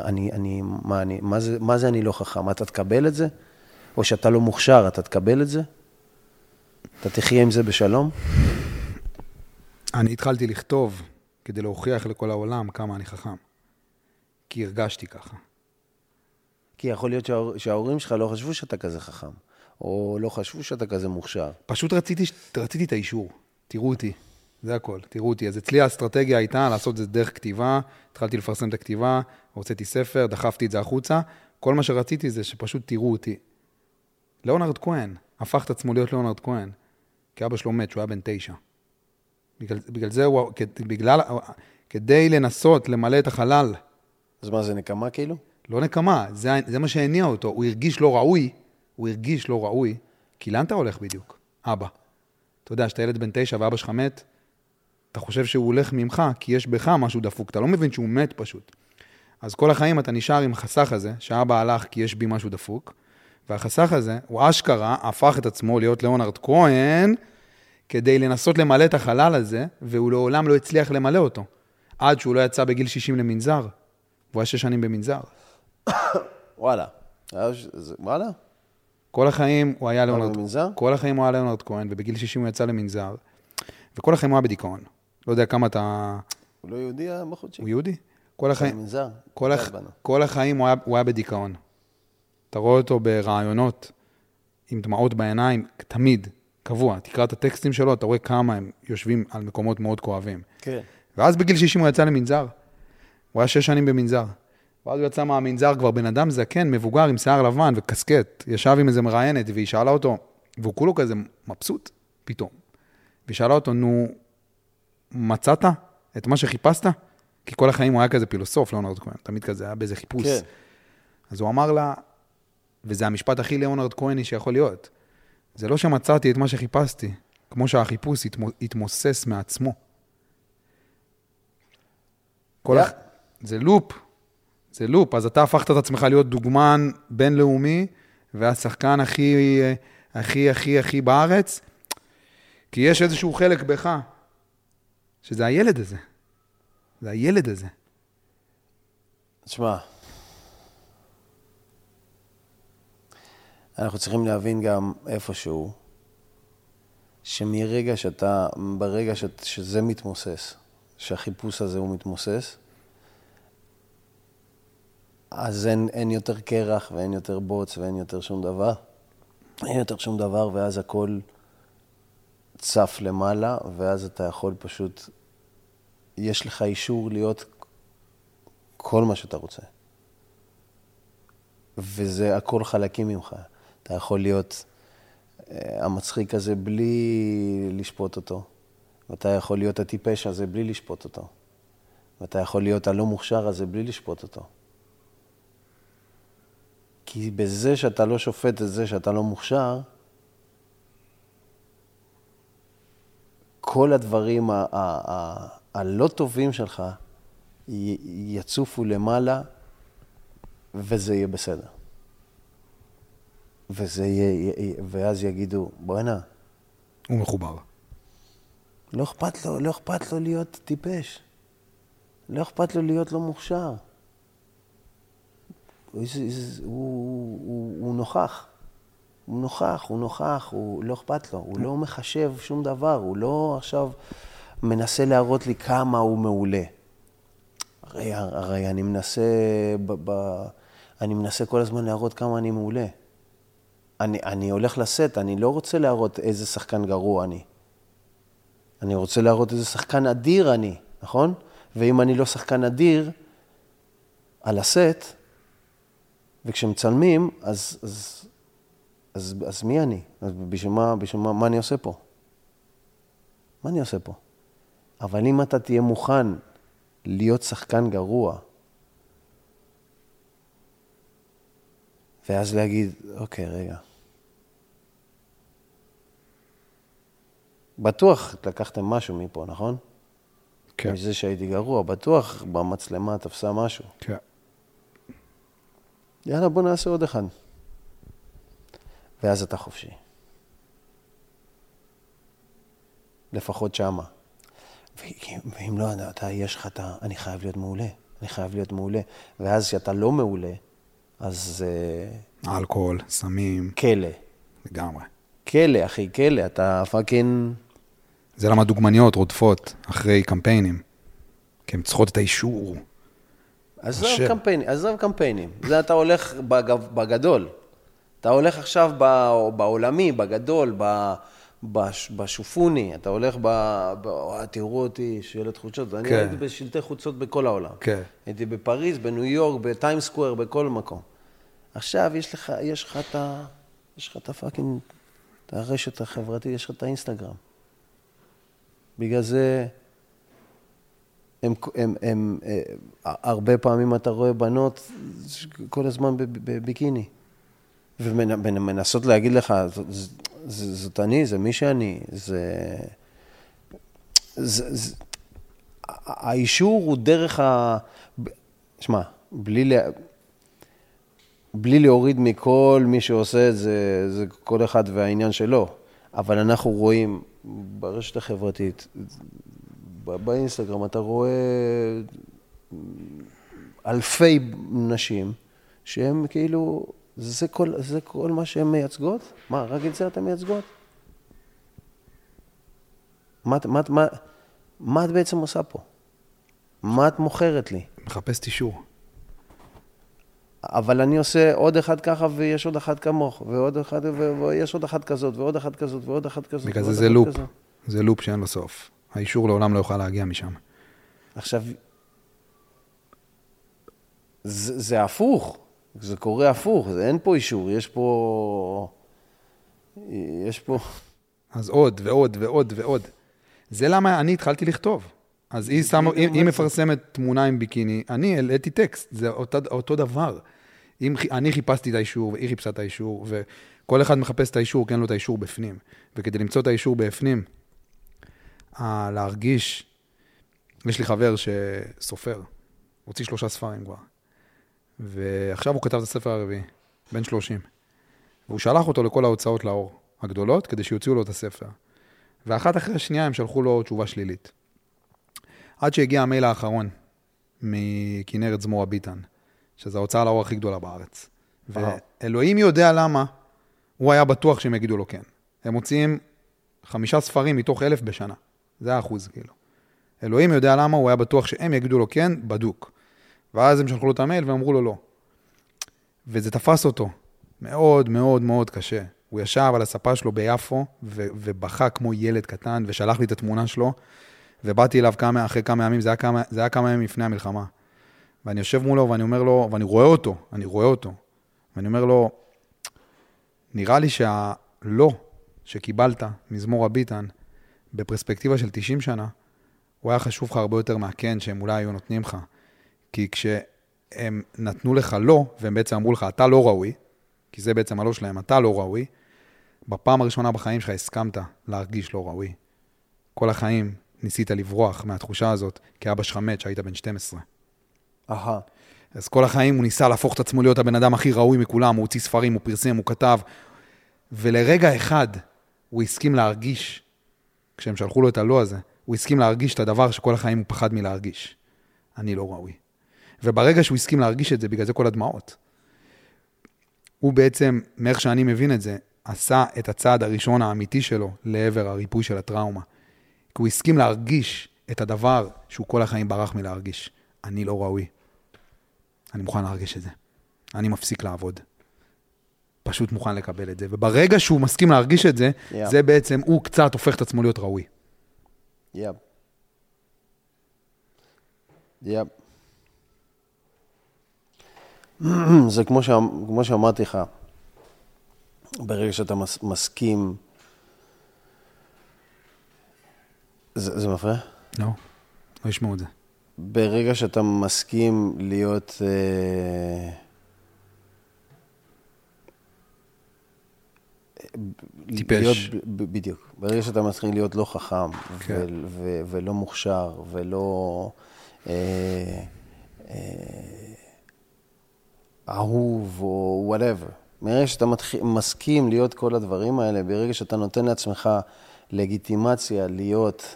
מה זה אני לא חכם? אתה תקבל את זה? או שאתה לא מוכשר, אתה תקבל את זה? אתה תחיה עם זה בשלום? אני התחלתי לכתוב כדי להוכיח לכל העולם כמה אני חכם. כי הרגשתי ככה. כי יכול להיות שההורים שלך לא חשבו שאתה כזה חכם, או לא חשבו שאתה כזה מוכשר. פשוט רציתי את האישור. תראו אותי. זה הכל. תראו אותי. אז אצלי האסטרטגיה הייתה לעשות את זה דרך כתיבה. התחלתי לפרסם את הכתיבה, הוצאתי ספר, דחפתי את זה החוצה. כל מה שרציתי זה שפשוט תראו אותי. ליאונרד כהן, הפך את עצמו להיות ליאונרד כהן. כי אבא שלו מת, שהוא היה בן 9. בגלל זה הוא, כדי לנסות למלא את החלל. אז מה, זה נקמה כאילו? לא נקמה, זה מה שהניע אותו. הוא הרגיש לא ראוי, כי לאן אתה הולך בדיוק? אבא. אתה יודע, שאתה ילד בן 9 ואבא שלך מת, אתה חושב שהוא הולך ממך, כי יש בך משהו דפוק. אתה לא מבין שהוא מת פשוט. אז כל החיים אתה נשאר עם החסך הזה, שאבא הלך כי יש בי משהו דפוק, והחסך הזה, הוא אשכרה, הפך את עצמו להיות ליאונרד כהן, כדי לנסות למלא את החלל הזה, והוא לעולם לא הצליח למלא אותו. עד שהוא לא יצא בגיל 60 למנזר. והוא היה 6 שנים במנזר. וואלה. וואלה? כל החיים הוא היה ליאונרד כהן, ובגיל 60 הוא יצא למנזר. וכל החיים הוא היה בדיכאון. לא יודע כמה אתה... הוא לא יהודי, המחודשי. הוא יהודי? כל החיים... מנזר. כל החיים הוא היה בדיכאון. אתה רואה אותו ברעיונות, עם דמעות בעיניים, תמיד, קבוע. תקרא את הטקסטים שלו, אתה רואה כמה הם יושבים על מקומות מאוד כואבים. כן. ואז בגיל 60 הוא יצא למנזר. הוא היה 6 שנים במנזר. ואז הוא יצא מהמנזר כבר בן אדם זקן, מבוגר, עם שיער לבן וקסקט. ישב עם איזה מראיינת, והיא שאלה אותו, והוא כולו כזה מבסוט, פתאום. והיא שאלה אותו, נו, מצאת את מה שחיפשת? כי כל החיים הוא היה כזה פילוסוף, ליאונרד כהן, תמיד כזה, היה באיזה חיפוש. כן. אז הוא אמר לה, וזה המשפט הכי ליאונרד כהני שיכול להיות, זה לא שמצאתי את מה שחיפשתי, כמו שהחיפוש התמוסס מעצמו. זה לופ. זה לופ, אז אתה הפכת את עצמך להיות דוגמן בינלאומי, והשחקן הכי בארץ, כי יש איזשהו חלק בך, שזה הילד הזה. זה הילד הזה. תשמע, אנחנו צריכים להבין גם איפשהו, שמרגע ברגע שזה מתמוסס, שהחיפוש הזה הוא מתמוסס, אז אין יותר קרח ואין יותר בוץ ואין יותר שום דבר. אין יותר שום דבר, ואז הכל צף למעלה, ואז אתה יכול פשוט, יש לך אישור להיות כל מה שאתה רוצה. וזה הכל חלקים ממך. אתה יכול להיות המצחיק הזה בלי לשפוט אותו. ואתה יכול להיות הטיפש הזה בלי לשפוט אותו. ואתה יכול להיות הלא מוכשר הזה בלי לשפוט אותו. כי בזה שאתה לא שופט את זה שאתה לא מוכשר, כל הדברים הלא טובים שלך יצופו למעלה, וזה יהיה בסדר. ואז יגידו, בוא'נה. הוא מחובר. לא אכפת לו להיות טיפש. לא אכפת לו להיות לא מוכשר. הוא נוכח. הוא לא אכפת לו. הוא לא מחשב שום דבר. הוא לא עכשיו מנסה להראות לי כמה הוא מעולה. הרי אני מנסה כל הזמן להראות כמה אני מעולה. אני הולך לסט, אני לא רוצה להראות איזה שחקן גרוע אני. אני רוצה להראות איזה שחקן אדיר אני, נכון? ואם אני לא שחקן אדיר על הסט, וכשמצלמים, אז מי אני? אז בשביל מה אני עושה פה? מה אני עושה פה? אבל אם אתה תהיה מוכן להיות שחקן גרוע, ואז להגיד, אוקיי, רגע. בטוח לקחתם משהו מפה, נכון? כן. מזה שהייתי גרוע, בטוח במצלמה תפסה משהו. כן. יאללה, בוא נעשה עוד אחד. ואז אתה חופשי. לפחות שמה. ואם לא, יש לך אני חייב להיות מעולה. ואז שאתה לא מעולה, אז... אלכוהול, סמים. כלא. לגמרי. כלא, אחי, כלא. אתה פאקינג... זה למה דוגמניות רודפות אחרי קמפיינים. כי הן צריכות את האישור. עזוב קמפיינים. זה אתה הולך בגדול. אתה הולך עכשיו בעולמי, בגדול, בשופוני. אתה הולך תראו אותי, ילד חוצות. אני הייתי בשלטי חוצות בכל העולם. הייתי בפריז, בניו יורק, בטיים סקוואר, בכל מקום. עכשיו יש לך את הפאקינג, את הרשת החברתית, יש לך את האינסטגרם. בגלל זה, הרבה פעמים אתה רואה בנות כל הזמן בביקיני. ומנסות להגיד לך, זאת אני, זה מי שאני, האישור הוא דרך שמע, בלי להוריד מכל מי שעושה את זה, זה כל אחד והעניין שלו. אבל אנחנו רואים ברשת החברתית, באינסטגרם, אתה רואה אלפי נשים שהן כאילו, זה כל מה שהן מייצגות? מה, רק את זה אתן מייצגות? מה את בעצם עושה פה? מה את מוכרת לי? מחפש אישור. אבל אני עושה עוד אחד ככה, ויש עוד אחד כמוך, ועוד אחד, ויש עוד אחד כזאת, ועוד אחד כזאת, ועוד אחד כזאת. בגלל זה לופ. זה לופ שאין לו סוף. האישור לעולם לא יוכל להגיע משם. עכשיו, זה הפוך. זה קורה הפוך. אין פה אישור. יש פה... אז עוד ועוד ועוד ועוד. זה למה אני התחלתי לכתוב. אז היא מפרסמת תמונה עם ביקיני, אני העליתי טקסט, זה אותו דבר. אני חיפשתי את האישור, והיא חיפשה את האישור, וכל אחד מחפש את האישור, כי אין לו את האישור בפנים. וכדי למצוא את האישור בפנים, להרגיש, יש לי חבר שסופר, הוציא 3 ספרים כבר, ועכשיו הוא כתב את הספר הרביעי, בן 30, והוא שלח אותו לכל ההוצאות לאור הגדולות, כדי שיוציאו לו את הספר. ואחת אחרי השנייה הם שלחו לו תשובה שלילית. עד שהגיע המייל האחרון מכנרת זמורה ביטן, שזו ההוצאה לאור הכי גדולה בארץ. ואלוהים יודע למה הוא היה בטוח שהם יגידו לו כן. הם מוציאים 5 ספרים מתוך 1,000 בשנה. זה האחוז, כאילו. אלוהים יודע למה הוא היה בטוח שהם יגידו לו כן, בדוק. ואז הם שלחו לו את המייל והם אמרו לו לא. וזה תפס אותו מאוד מאוד מאוד קשה. הוא ישב על הספה שלו ביפו, ובכה כמו ילד קטן, ושלח לי את התמונה שלו, ובאתי אליו אחרי כמה ימים, זה היה כמה ימים לפני המלחמה. ואני יושב מולו, ואני אומר לו, ואני רואה אותו, ואני אומר לו, נראה לי שהלא שקיבלת מזמורה ביטן, בפרספקטיבה של 90 שנה, הוא היה חשוב לך הרבה יותר מהכן, שהם אולי היו נותנים לך. כי כשהם נתנו לך לא, והם בעצם אמרו לך, אתה לא ראוי, כי זה בעצם הלא שלהם, אתה לא ראוי, בפעם הראשונה בחיים שלך הסכמת להרגיש לא ראוי. כל החיים ניסית לברוח מהתחושה הזאת, כי אבא שלך מת שהיית בן 12. אז כל החיים הוא ניסה להפוך את עצמו להיות הבן אדם הכי ראוי מכולם, הוא הוציא ספרים, הוא פרסם, הוא כתב, ולרגע אחד הוא הסכים להרגיש, כשהם שלחו לו את הלא הזה, הוא הסכים להרגיש את הדבר שכל החיים הוא פחד מלהרגיש. אני לא ראוי. וברגע שהוא הסכים להרגיש את זה, בגלל זה כל הדמעות, הוא בעצם, מאיך שאני מבין את זה, עשה את הצעד הראשון האמיתי שלו לעבר הריפוי של הטראומה. כי הוא הסכים להרגיש את הדבר שהוא כל החיים ברח מלהרגיש. אני לא ראוי. אני מוכן להרגיש את זה. אני מפסיק לעבוד. פשוט מוכן לקבל את זה. וברגע שהוא מסכים להרגיש את זה, זה בעצם, הוא קצת הופך את עצמו להיות ראוי. זה כמו שאמרתי לך, ברגע שאתה מסכים, זה מפריע? לא, לא ישמעו את זה. ברגע שאתה מסכים להיות טיפש. בדיוק. ברגע שאתה מסכים להיות לא חכם, ולא מוכשר, ולא אהוב או whatever. ברגע שאתה מסכים להיות כל הדברים האלה, ברגע שאתה נותן לעצמך לגיטימציה להיות,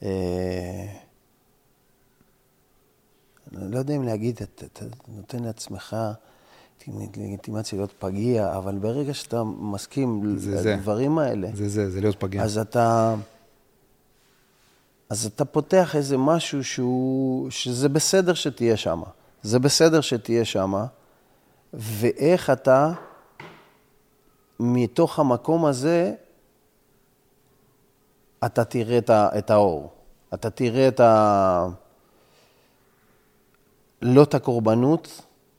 אני לא יודע אם להגיד, אתה נותן לעצמך לגיטימציה להיות פגיע, אבל ברגע שאתה מסכים לדברים האלה, זה להיות פגיע. אז אתה פותח איזה משהו שזה בסדר שתהיה שם. זה בסדר שתהיה שם, ואיך אתה, מתוך המקום הזה, אתה תראה את האור. אתה תראה לא את הקורבנות.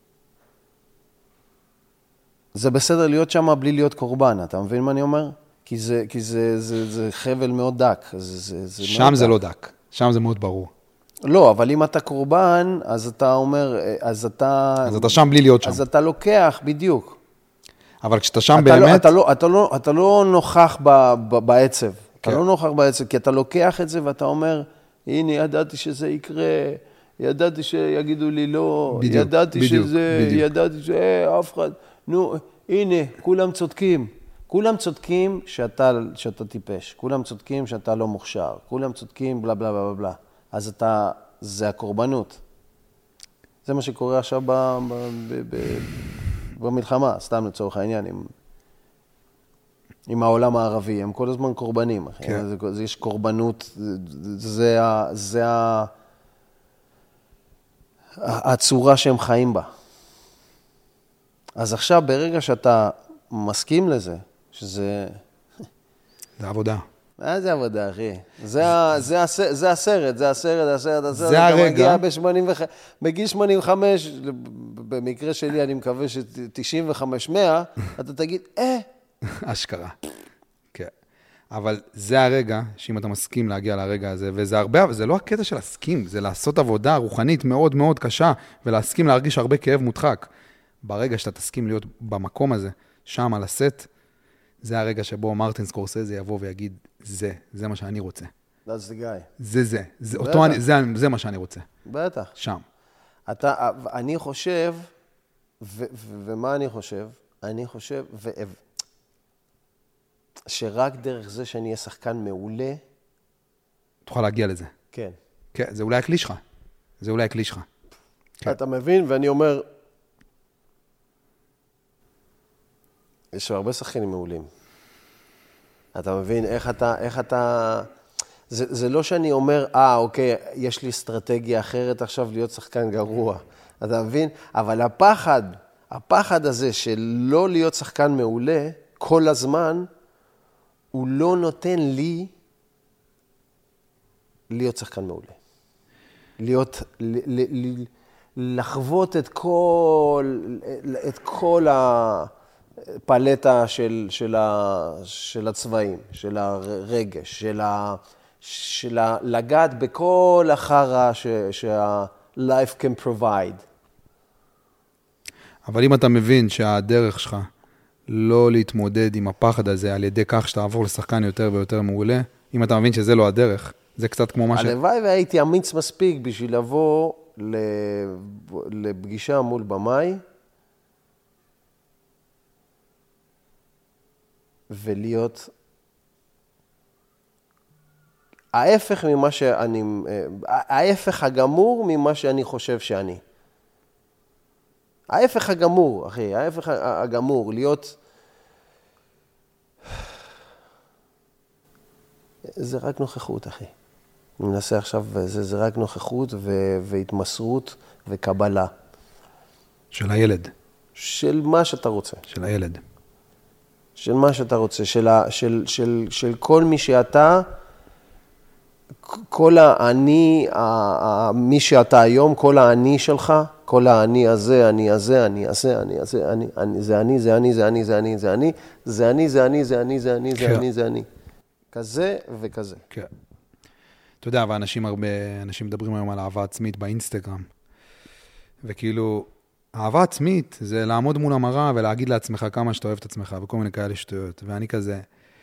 זה בסדר להיות שם בלי להיות קורבן, אתה מבין מה אני אומר? כי זה חבל מאוד דק. שם זה לא דק, שם זה מאוד ברור. לא, אבל אם אתה קורבן, אז אתה אומר, אז אתה שם בלי להיות שם. אז אתה לוקח, בדיוק. אבל כשאתה שם באמת... אתה לא נוכח בעצב. אתה לא נוכח בעצב, כי אתה לוקח את זה ואתה אומר, הנה, ידעתי שזה יקרה, ידעתי שיגידו לי לא, ידעתי שאף אחד, נו, הנה, כולם צודקים. כולם צודקים שאתה טיפש, כולם צודקים שאתה לא מוכשר, כולם צודקים בלה בלה בלה בלה. אז זה הקורבנות. זה מה שקורה עכשיו במלחמה, סתם לצורך העניין. עם העולם הערבי, הם כל הזמן קורבנים, אחי. כן. יש קורבנות, זה הצורה שהם חיים בה. אז עכשיו, ברגע שאתה מסכים לזה, שזה... זה עבודה. מה זה עבודה, אחי? זה הסרט. זה הרגע. אתה מגיע בגיל 85, במקרה שלי אני מקווה ש-95-100, אתה תגיד, אשכרה. כן. אבל זה הרגע, שאם אתה מסכים להגיע לרגע הזה, וזה הרבה, זה לא הקטע של להסכים, זה לעשות עבודה רוחנית מאוד מאוד קשה, ולהסכים להרגיש הרבה כאב מודחק. ברגע שאתה תסכים להיות במקום הזה, שם על הסט, זה הרגע שבו מרטין סקורסזה יבוא ויגיד, זה מה שאני רוצה. That's the guy. זה מה שאני רוצה. בטח. שם. אני חושב, ומה אני חושב? אני חושב, שרק דרך זה שאני אהיה שחקן מעולה, תוכל להגיע לזה. כן. כן, זה אולי הכלי שלך. כן. אתה מבין? ואני אומר, יש הרבה שחקנים מעולים. אתה מבין איך אתה... זה לא שאני אומר, אוקיי, יש לי אסטרטגיה אחרת עכשיו להיות שחקן גרוע. אתה מבין? אבל הפחד הזה של לא להיות שחקן מעולה, כל הזמן, הוא לא נותן לי להיות שחקן מעולה. לחוות את כל הפלטה של הצבעים, של הרגש, של לגעת בכל החרה שה-life can provide. אבל אם אתה מבין שהדרך שלך לא להתמודד עם הפחד הזה על ידי כך שתעבור לשחקן יותר ויותר מעולה, אם אתה מבין שזה לא הדרך, זה קצת כמו מה הלוואי והייתי אמיץ מספיק בשביל לבוא לפגישה מול במאי, ולהיות ההפך הגמור ממה שאני חושב שאני. ההפך הגמור, אחי, ההפך הגמור, להיות... זה רק נוכחות, אחי. אני מנסה עכשיו, זה רק נוכחות והתמסרות וקבלה. של הילד. של מה שאתה רוצה. של הילד. של מה שאתה רוצה, של כל מי שאתה, כל האני, מי שאתה היום, כל האני שלך, כל האני הזה, אני הזה, אני הזה, אני הזה, זה אני, זה אני, זה אני, זה אני, זה אני, זה אני, זה אני, זה אני, זה אני, זה אני, זה אני. כזה וכזה. כן. אתה יודע, ואנשים מדברים היום על אהבה עצמית באינסטגרם, וכאילו, אהבה עצמית זה לעמוד מול המראה ולהגיד לעצמך כמה שאתה אוהב את עצמך, וכל מיני כאלה שטויות. ואני כזה,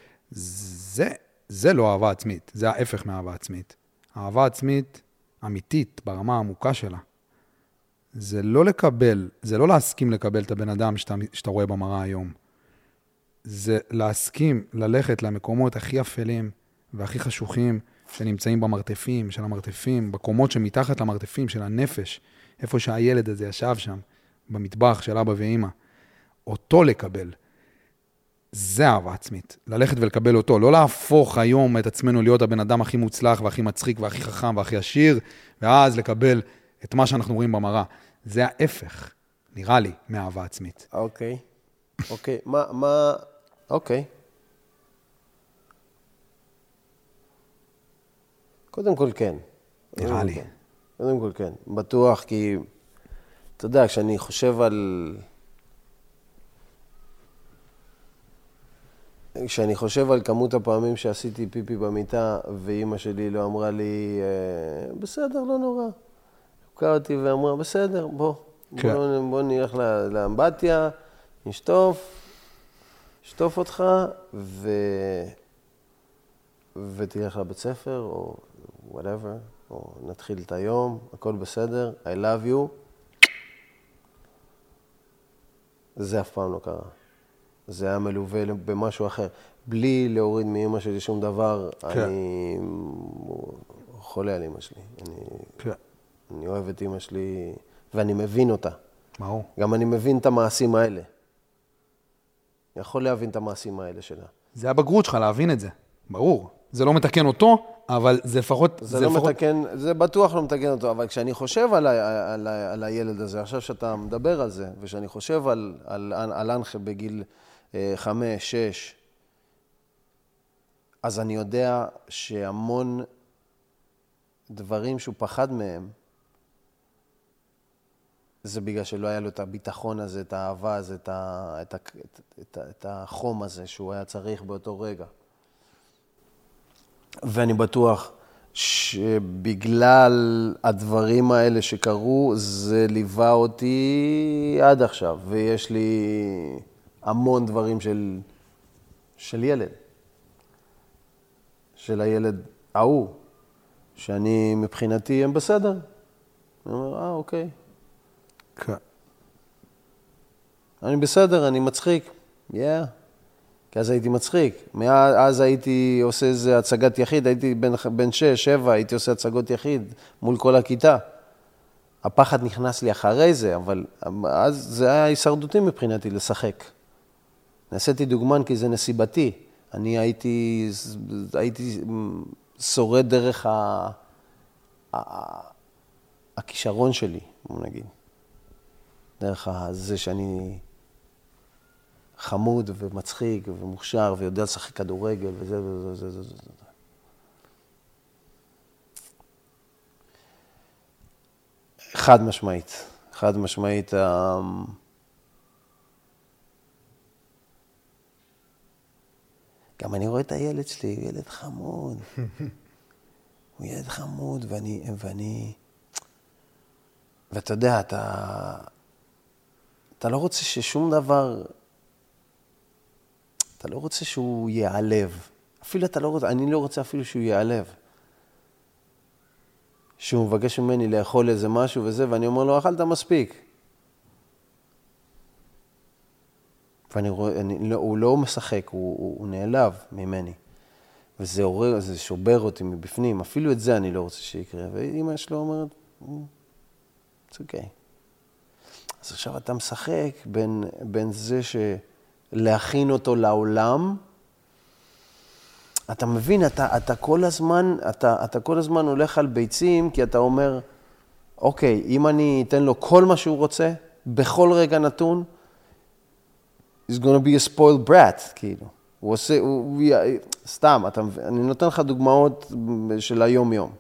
זה לא אהבה עצמית, זה ההפך מאהבה עצמית. אהבה עצמית אמיתית ברמה העמוקה שלה. זה לא לקבל, זה לא להסכים לקבל את הבן אדם שאתה רואה במראה היום. זה להסכים ללכת למקומות הכי אפלים והכי חשוכים שנמצאים במרתפים, של המרתפים, בקומות שמתחת למרתפים של הנפש, איפה שהילד הזה ישב שם, במטבח של אבא ואמא. אותו לקבל. זה אהבה עצמית. ללכת ולקבל אותו. לא להפוך היום את עצמנו להיות הבן אדם הכי מוצלח והכי מצחיק והכי חכם והכי עשיר, ואז לקבל את מה שאנחנו רואים במראה. זה ההפך, נראה לי, מאהבה עצמית. אוקיי. אוקיי. קודם כל כן. נראה לי. קודם כל כן. בטוח כי, אתה יודע, כשאני חושב על כמות הפעמים שעשיתי פיפי במיטה, ואימא שלי לא אמרה לי, בסדר, לא נורא. הוקעה אותי ואמרה, בסדר, בוא נלך לאמבטיה, נשטוף אותך, ותלך לבית ספר, או whatever, או נתחיל את היום, הכל בסדר, I love you. זה אף פעם לא קרה. זה היה מלווה במשהו אחר. בלי להוריד מאמא שלי שום דבר, אני חולה על אמא שלי. אני אוהב את אמא שלי, ואני מבין אותה. ברור. גם אני מבין את המעשים האלה. אני יכול להבין את המעשים האלה שלה. זה הבגרות שלך, להבין את זה. ברור. זה לא מתקן אותו, אבל זה לפחות... זה לא מתקן, זה בטוח לא מתקן אותו, אבל כשאני חושב על הילד הזה, עכשיו שאתה מדבר על זה, ושאני חושב על אנחה בגיל 5, 6, אז אני יודע שהמון דברים שהוא פחד מהם, זה בגלל שלא היה לו את הביטחון הזה, את האהבה הזה, את החום הזה שהוא היה צריך באותו רגע. ואני בטוח שבגלל הדברים האלה שקרו, זה ליווה אותי עד עכשיו, ויש לי המון דברים של ילד. של הילד ההוא, שאני מבחינתי הם בסדר. אני אומר, אוקיי. כן. אני בסדר, אני מצחיק. כי אז הייתי מצחיק. אז הייתי עושה איזה הצגת יחיד, הייתי בן 6, 7, הייתי עושה הצגות יחיד מול כל הכיתה. הפחד נכנס לי אחרי זה, אבל אז זה היה הישרדותי מבחינתי לשחק. נעשיתי דוגמן כי זה נסיבתי. אני הייתי שורד דרך הכישרון שלי, בוא נגיד. דרך זה שאני חמוד ומצחיק ומוכשר ויודע לשחק כדורגל וזה וזה וזה וזה. חד משמעית. גם אני רואה את הילד שלי, הוא ילד חמוד. הוא ילד חמוד, ואתה יודע, אתה לא רוצה ששום דבר, אתה לא רוצה שהוא ייעלב. אפילו אני לא רוצה אפילו שהוא ייעלב. שהוא מבקש ממני לאכול איזה משהו וזה, ואני אומר לו, אכלת מספיק. הוא לא משחק, הוא נעלב ממני. וזה עורר, זה שובר אותי מבפנים. אפילו את זה אני לא רוצה שיקרה. ואמא שלו אומרת, it's okay. אז עכשיו אתה משחק בין זה להכין אותו לעולם. אתה מבין, אתה כל הזמן הולך על ביצים, כי אתה אומר, אוקיי, אם אני אתן לו כל מה שהוא רוצה, בכל רגע נתון, he's going to be a spoiled brat, כאילו. סתם, אני נותן לך דוגמאות של היום-יום.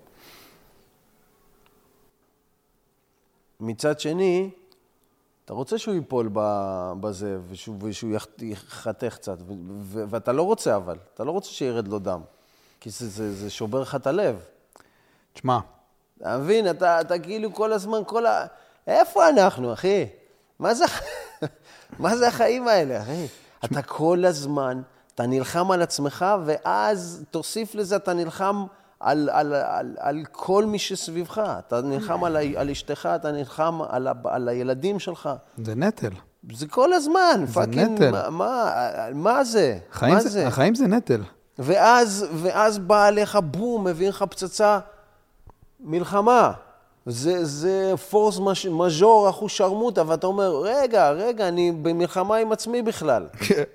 מצד שני, אתה רוצה שהוא ייפול בזה, ושהוא יחתך קצת, ואתה לא רוצה אבל, אתה לא רוצה שירד לו דם, כי זה שובר לך את הלב. תשמע. אתה מבין, אתה כאילו כל הזמן, איפה אנחנו, אחי? מה זה החיים האלה, אחי? אתה כל הזמן, אתה נלחם על עצמך, ואז תוסיף לזה, אתה נלחם על כל מי שסביבך. אתה נלחם על אשתך, אתה נלחם על הילדים שלך. זה נטל. זה כל הזמן. זה נטל. מה זה? החיים זה נטל. ואז בא עליך בום, מביא לך פצצה, מלחמה. זה פורס מז'ור, אחו שרמוטה, ואתה אומר, רגע, אני במלחמה עם עצמי בכלל.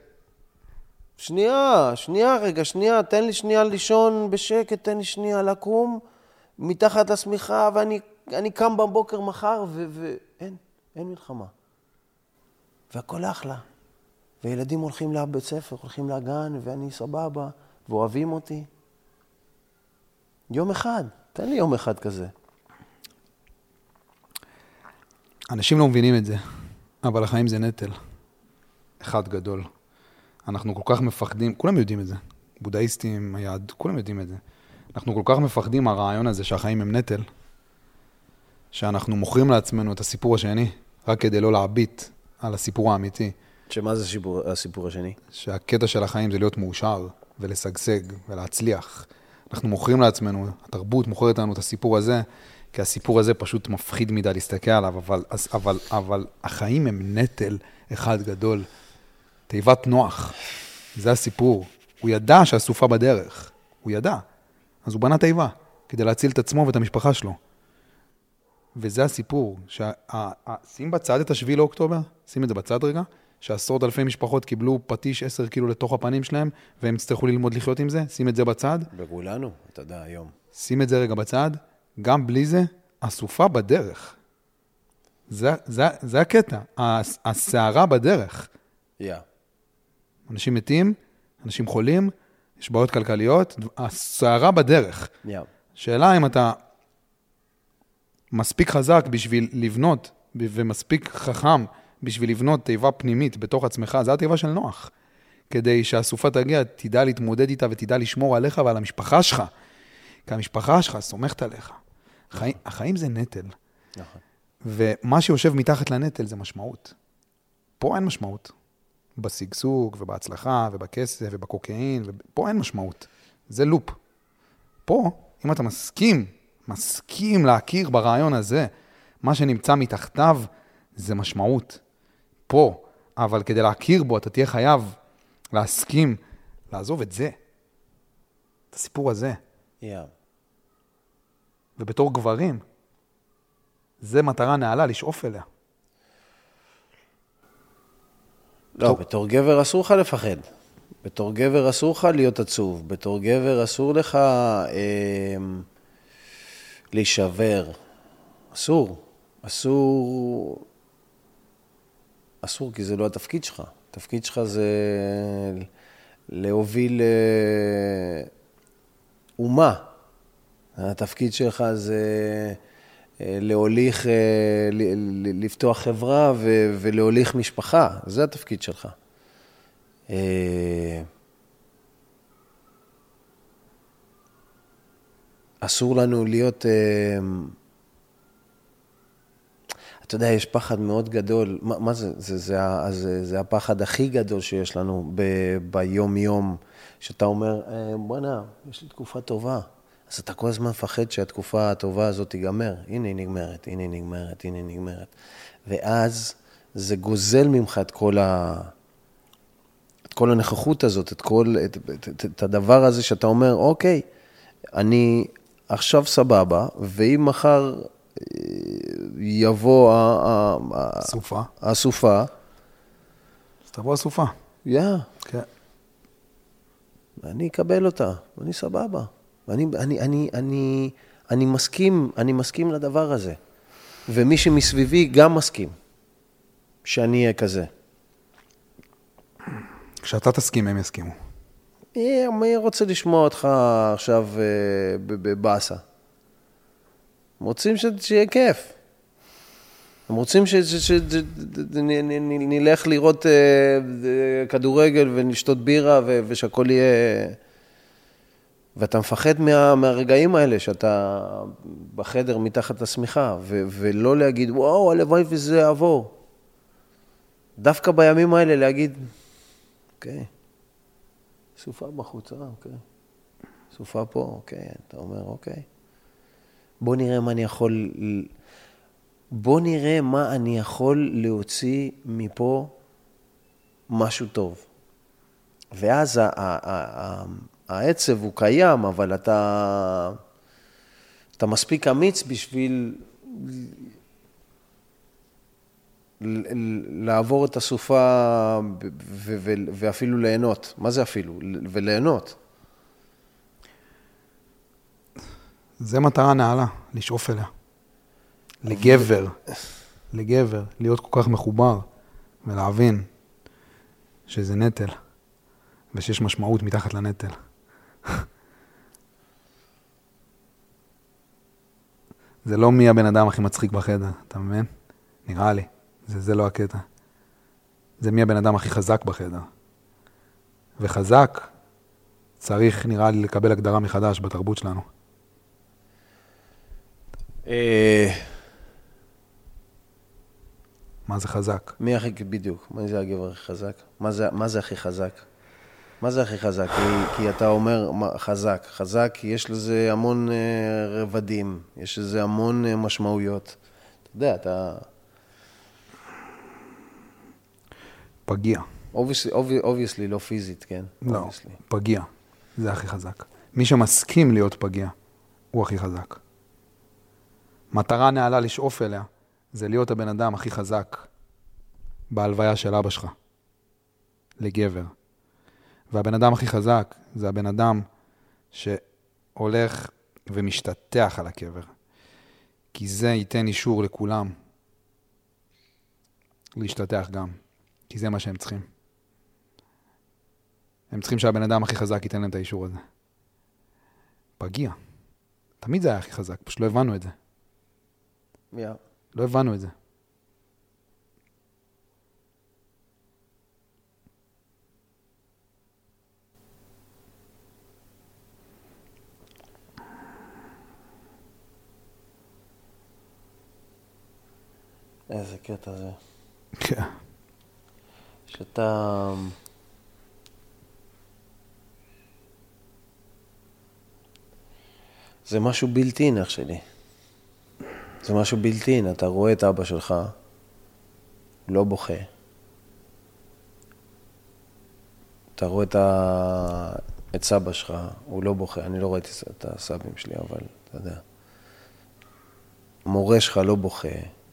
שנייה, תן לי שנייה לישון בשקט, תן לי שנייה לקום מתחת לשמיכה, ואני קם בבוקר מחר, ואין מלחמה. והכל אחלה. וילדים הולכים לבית ספר, הולכים לגן, ואני סבבה, ואוהבים אותי. יום אחד, תן לי יום אחד כזה. אנשים לא מבינים את זה, אבל החיים זה נטל. אחד גדול. אנחנו כל כך מפחדים, כולם יודעים את זה. בודהיסטים, היהד, כולם יודעים את זה. אנחנו כל כך מפחדים מהרעיון הזה שהחיים הם נטל, שאנחנו מוכרים לעצמנו את הסיפור השני, רק כדי לא להביט על הסיפור האמיתי. שמה זה הסיפור השני? שהקטע של החיים זה להיות מאושר ולסגסג ולהצליח. אנחנו מוכרים לעצמנו, התרבות מוכרת לנו את הסיפור הזה, כי הסיפור הזה פשוט מפחיד מדי להסתכל עליו, אבל החיים הם נטל אחד גדול. תיבת נוח, זה הסיפור. הוא ידע שהסופה בדרך, הוא ידע. אז הוא בנה תיבה, כדי להציל את עצמו ואת המשפחה שלו. וזה הסיפור, שים בצד את 7 לאוקטובר, שים את זה בצד רגע, שעשרות אלפי משפחות קיבלו פטיש 10 קילו לתוך הפנים שלהם, והם יצטרכו ללמוד לחיות עם זה, שים את זה בצד. בכולנו, אתה יודע, היום. שים את זה רגע בצד, גם בלי זה, הסופה בדרך. זה הקטע, הסערה בדרך. אנשים מתים, אנשים חולים, יש בעיות כלכליות, הסערה בדרך. שאלה אם אתה מספיק חזק בשביל לבנות, ומספיק חכם בשביל לבנות תיבה פנימית בתוך עצמך, זה התיבה של נוח. כדי שהסופה תגיע, תדע להתמודד איתה ותדע לשמור עליך ועל המשפחה שלך. כי המשפחה שלך סומכת עליך. החיים זה נטל. נכון. ומה שיושב מתחת לנטל זה משמעות. פה אין משמעות. בסגסוג ובהצלחה ובכסף ובקוקאין, פה אין משמעות. זה לופ. פה, אם אתה מסכים להכיר ברעיון הזה, מה שנמצא מתחתיו זה משמעות. פה, אבל כדי להכיר בו, אתה תהיה חייב להסכים, לעזוב את זה. את הסיפור הזה. ובתור גברים, זה מטרה נעלה לשאוף אליה. לא, בתור גבר אסור לך לפחד. בתור גבר אסור לך להיות עצוב. בתור גבר אסור לך להישבר. אסור. אסור כי זה לא התפקיד שלך. התפקיד שלך זה להוביל אומה. התפקיד שלך זה להוליך, לפתוח חברה ולהוליך משפחה. זה התפקיד שלך. אסור לנו להיות, אתה יודע, יש פחד מאוד גדול. מה זה? זה הפחד הכי גדול שיש לנו ביום יום, שאתה אומר, בוא'נה, יש לי תקופה טובה. אז אתה כל הזמן מפחד שהתקופה הטובה הזאת תיגמר. הנה היא נגמרת. ואז זה גוזל ממך את כל הנוכחות הזאת, את הדבר הזה שאתה אומר, אוקיי, אני עכשיו סבבה, ואם מחר יבוא הסופה, אז תבוא הסופה. כן. אני אקבל אותה, אני סבבה. אני מסכים לדבר הזה. ומי שמסביבי גם מסכים שאני אהיה כזה. כשאתה תסכים, הם יסכימו. מי רוצה לשמוע אותך עכשיו בבאסה? הם רוצים שיהיה כיף. הם רוצים שנלך לראות כדורגל ונשתות בירה ושהכל יהיה... ואתה מפחד מהרגעים האלה שאתה בחדר מתחת לשמיכה, ולא להגיד, וואו, הלוואי וזה יעבור. דווקא בימים האלה להגיד, אוקיי, סופה בחוצה, אוקיי. סופה פה, אוקיי. אתה אומר, אוקיי. בוא נראה מה אני יכול להוציא מפה משהו טוב. ואז העצב הוא קיים, אבל אתה מספיק אמיץ בשביל לעבור את הסופה ואפילו ליהנות. מה זה אפילו? וליהנות. זה מטרה נעלה, לשאוף אליה. לגבר, להיות כל כך מחובר ולהבין שזה נטל ושיש משמעות מתחת לנטל. זה לא מי הבן אדם הכי מצחיק בחדר, אתה מבין? נראה לי. זה לא הקטע. זה מי הבן אדם הכי חזק בחדר. וחזק צריך, נראה לי, לקבל הגדרה מחדש בתרבות שלנו. מה זה חזק? מי הכי, בדיוק, מה זה הגבר הכי חזק? מה זה הכי חזק? מה זה הכי חזק? כי אתה אומר חזק, יש לזה המון רבדים, יש לזה המון משמעויות. אתה יודע, אתה... פגיע. obviously, לא פיזית, כן? לא, פגיע. זה הכי חזק. מי שמסכים להיות פגיע, הוא הכי חזק. מטרה נעלה לשאוף אליה, זה להיות הבן אדם הכי חזק בהלוויה של אבא שלך. לגבר. והבן אדם הכי חזק זה הבן אדם שהולך ומשתתח על הקבר. כי זה ייתן אישור לכולם להשתתח גם. כי זה מה שהם צריכים. הם צריכים שהבן אדם הכי חזק ייתן להם את האישור הזה. פגיע. תמיד זה היה הכי חזק, פשוט לא הבנו את זה. לא הבנו את זה. איזה קטע זה. כן. שאתה... זה משהו בלתי-אין, אח שלי. זה משהו בלתי-אין. אתה רואה את אבא שלך, הוא לא בוכה. אתה רואה את סבא שלך, הוא לא בוכה. אני לא ראיתי את הסבים שלי, אבל אתה יודע. המורה שלך לא בוכה.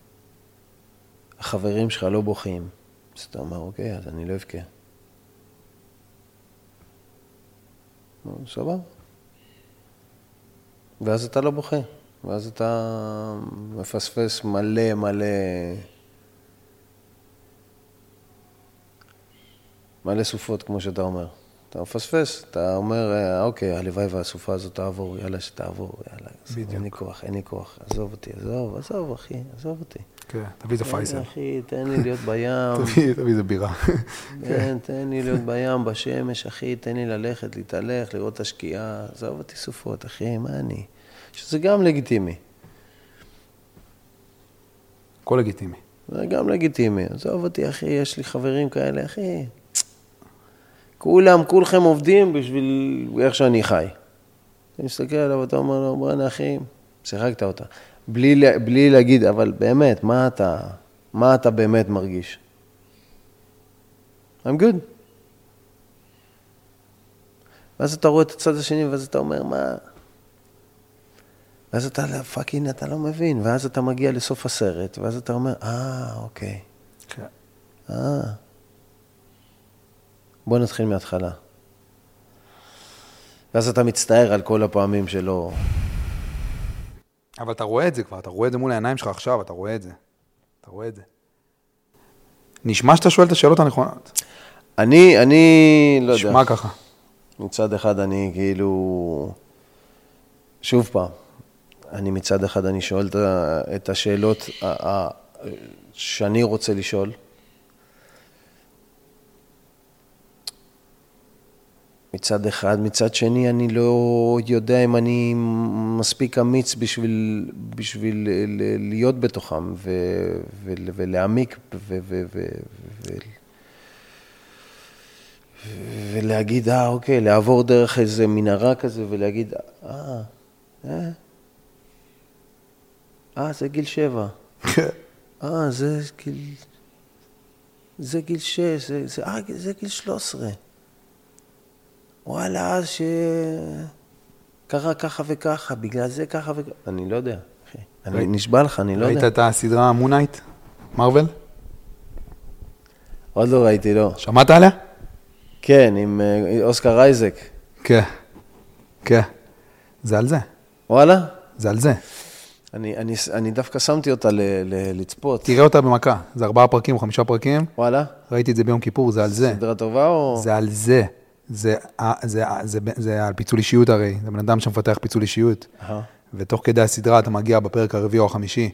החברים שלך לא בוכים. אז אתה אומר, אוקיי, אז אני לא אבכה. סבבה. ואז אתה לא בוכה. ואז אתה מפספס מלא סופות, כמו שאתה אומר. אתה מפספס, אתה אומר, אוקיי, הלוואי והסופה הזאת תעבור, יאללה שתעבור, יאללה. בדיוק. אין לי כוח, עזוב אותי, עזוב אחי, עזוב אותי. כן, תביא זה פייסל. אחי, תן לי להיות בים. תביא זה בירה. כן, תן לי להיות בים, בשמש, אחי, תן לי ללכת, להתהלך, לראות את השקיעה, עזוב אותי סופות, אחי, מה אני? שזה גם לגיטימי. הכל לגיטימי. זה גם לגיטימי. עזוב אותי, אחי, יש לי חברים כאלה, אחי. כולכם עובדים בשביל איך שאני חי. אתה מסתכל עליו ואתה אומר לו, בוא'נה אחי, שיחקת אותה. בלי להגיד, אבל באמת, מה אתה באמת מרגיש? I'm good. ואז אתה רואה את הצד השני, ואז אתה אומר, מה? ואז אתה, פאקינג, אתה לא מבין. ואז אתה מגיע לסוף הסרט, ואז אתה אומר, אוקיי. כן. בוא נתחיל מההתחלה. ואז אתה מצטער על כל הפעמים שלא... אבל אתה רואה את זה כבר, אתה רואה את זה מול העיניים שלך עכשיו, אתה רואה את זה. אתה רואה את זה. נשמע שאתה שואל את השאלות הנכונות. אני לא יודע. נשמע ככה. מצד אחד אני כאילו... שוב פעם, מצד אחד אני שואל את השאלות שאני רוצה לשאול. מצד אחד, מצד שני, אני לא יודע אם אני מספיק אמיץ בשביל להיות בתוכם ולהעמיק ולהגיד, אוקיי, לעבור דרך איזה מנהרה כזה ולהגיד, זה גיל 7. זה גיל 6, זה גיל 13. וואלה, אז שקרה ככה וככה, בגלל זה ככה וככה. אני לא יודע, אחי. אני נשבע לך, אני לא יודע. ראית את הסדרה מונייט? מרוול? עוד לא ראיתי, לא. שמעת עליה? כן, עם אוסקר אייזק. כן, כן. זה על זה. וואלה? זה על זה. אני דווקא שמתי אותה לצפות. תראה אותה במכה. זה 4 פרקים או 5 פרקים. וואלה? ראיתי את זה ביום כיפור, זה על זה. סדרה טובה או... זה על זה. זה על פיצול אישיות הרי. זה בן אדם שמפתח פיצול אישיות. ותוך כדי הסדרה אתה מגיע בפרק הרביעי או החמישי,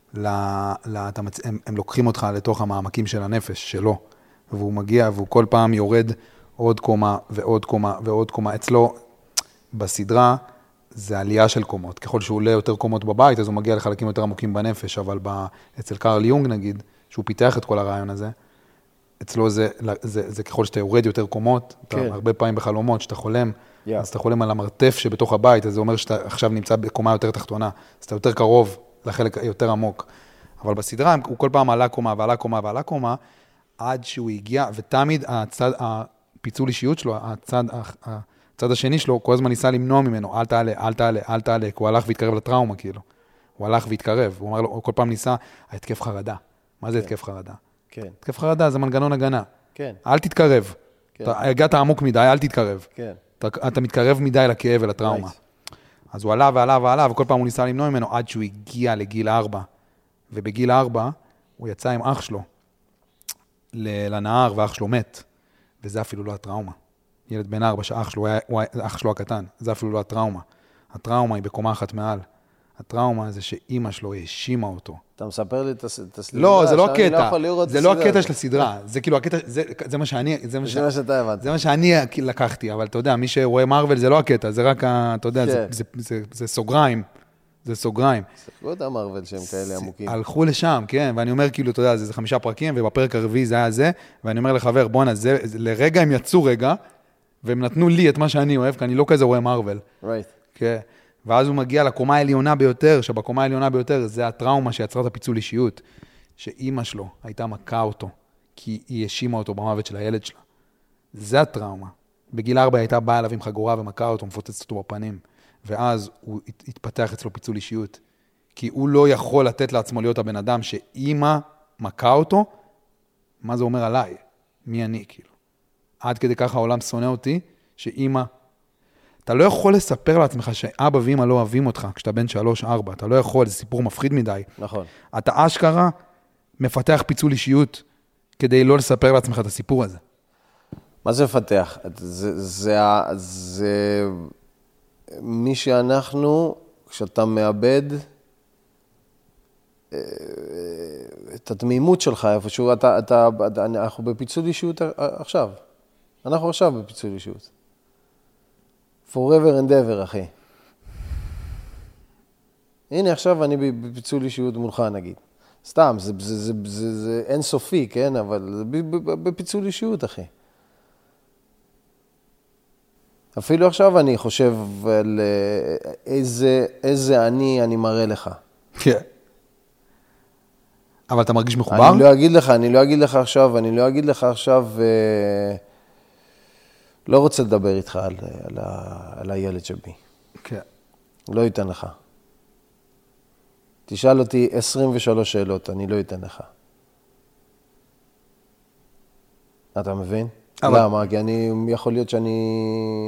הם לוקחים אותך לתוך המעמקים של הנפש שלו. והוא מגיע והוא כל פעם יורד עוד קומה ועוד קומה ועוד קומה. אצלו בסדרה זה עלייה של קומות. ככל שהוא עולה יותר קומות בבית, אז הוא מגיע לחלקים יותר עמוקים בנפש, אבל אצל קארל יונג נגיד, שהוא פיתח את כל הרעיון הזה, אצלו זה ככל שאתה יורד יותר קומות, אתה הרבה פעמים בחלומות, שאתה חולם, אז אתה חולם על המרתף שבתוך הבית, אז זה אומר שאתה עכשיו נמצא בקומה יותר תחתונה, אז אתה יותר קרוב לחלק יותר עמוק. אבל בסדרה הוא כל פעם עלה קומה ועלה קומה ועלה קומה, עד שהוא הגיע, ותמיד הפיצול אישיות שלו, הצד השני שלו, כל הזמן ניסה למנוע ממנו, אל תעלה, אל תעלה, אל תעלה, כי הוא הלך והתקרב לטראומה, כאילו. הוא הלך והתקרב, הוא אמר לו, כל פעם ניסה, התקף חרדה. מה זה התקף חרדה? כן. התקף חרדה זה מנגנון הגנה. כן. אל תתקרב. הגעת עמוק מדי, אל תתקרב. כן. אתה מתקרב מדי לכאב ולטראומה. אז הוא עלה ועלה ועלה, וכל פעם הוא ניסה למנוע ממנו עד שהוא הגיע לגיל 4. ובגיל 4 הוא יצא עם אח שלו לנהר, ואח שלו מת. וזה אפילו לא הטראומה. ילד בן 4 שאח שלו, אח שלו הקטן, זה אפילו לא הטראומה. הטראומה היא בקומה אחת מעל. הטראומה זה שאימא שלו האשימה אותו. אתה מספר לי את הסדרה. לא, זה לא הקטע. זה לא הקטע של הסדרה. זה כאילו הקטע, זה מה שאני, זה מה שאתה הבנת. זה מה שאני לקחתי, אבל אתה יודע, מי שרואה מרוול זה לא הקטע, זה רק, אתה יודע, זה סוגריים. זה סוגריים. שיחקו את המרוול שהם כאלה עמוקים. הלכו לשם, כן, ואני אומר כאילו, אתה יודע, זה 5 פרקים, ובפרק הרביעי זה היה זה, ואני אומר לחבר, בוא'נה, לרגע הם יצאו רגע, והם נתנו לי את מה שאני אוהב, כי אני לא כזה רואה מרוול. Right. כן. ואז הוא מגיע לקומה העליונה ביותר, שבקומה העליונה ביותר זה הטראומה שיצרה את הפיצול אישיות, שאימא שלו הייתה מכה אותו, כי היא האשימה אותו במוות של הילד שלה. זה הטראומה. בגיל 4 הייתה באה אליו עם חגורה ומכה אותו, מפוצצת אותו בפנים, ואז הוא התפתח אצלו פיצול אישיות, כי הוא לא יכול לתת לעצמו להיות הבן אדם שאימא מכה אותו, מה זה אומר עליי? מי אני, כאילו? עד כדי ככה העולם שונא אותי, שאימא אתה לא יכול לספר לעצמך שאבא ואמא לא אוהבים אותך כשאתה בן 3-4, אתה לא יכול, זה סיפור מפחיד מדי. נכון. אתה אשכרה מפתח פיצול אישיות כדי לא לספר לעצמך את הסיפור הזה. מה זה מפתח? זה מי שאנחנו, כשאתה מאבד את התמימות שלך, איפשהו, אנחנו בפיצול אישיות עכשיו. אנחנו עכשיו בפיצול אישיות. forever and ever, אחי. הנה, עכשיו אני בפיצול אישיות מולך, נגיד. סתם, זה אינסופי, כן? אבל זה בפיצול אישיות, אחי. אפילו עכשיו אני חושב על איזה אני מראה לך. כן. אבל אתה מרגיש מחובר? אני לא אגיד לך עכשיו, לא רוצה לדבר איתך על הילד שבי. כן. לא ייתן לך. תשאל אותי 23 שאלות, אני לא ייתן לך. אתה מבין? למה? כי יכול להיות שאני...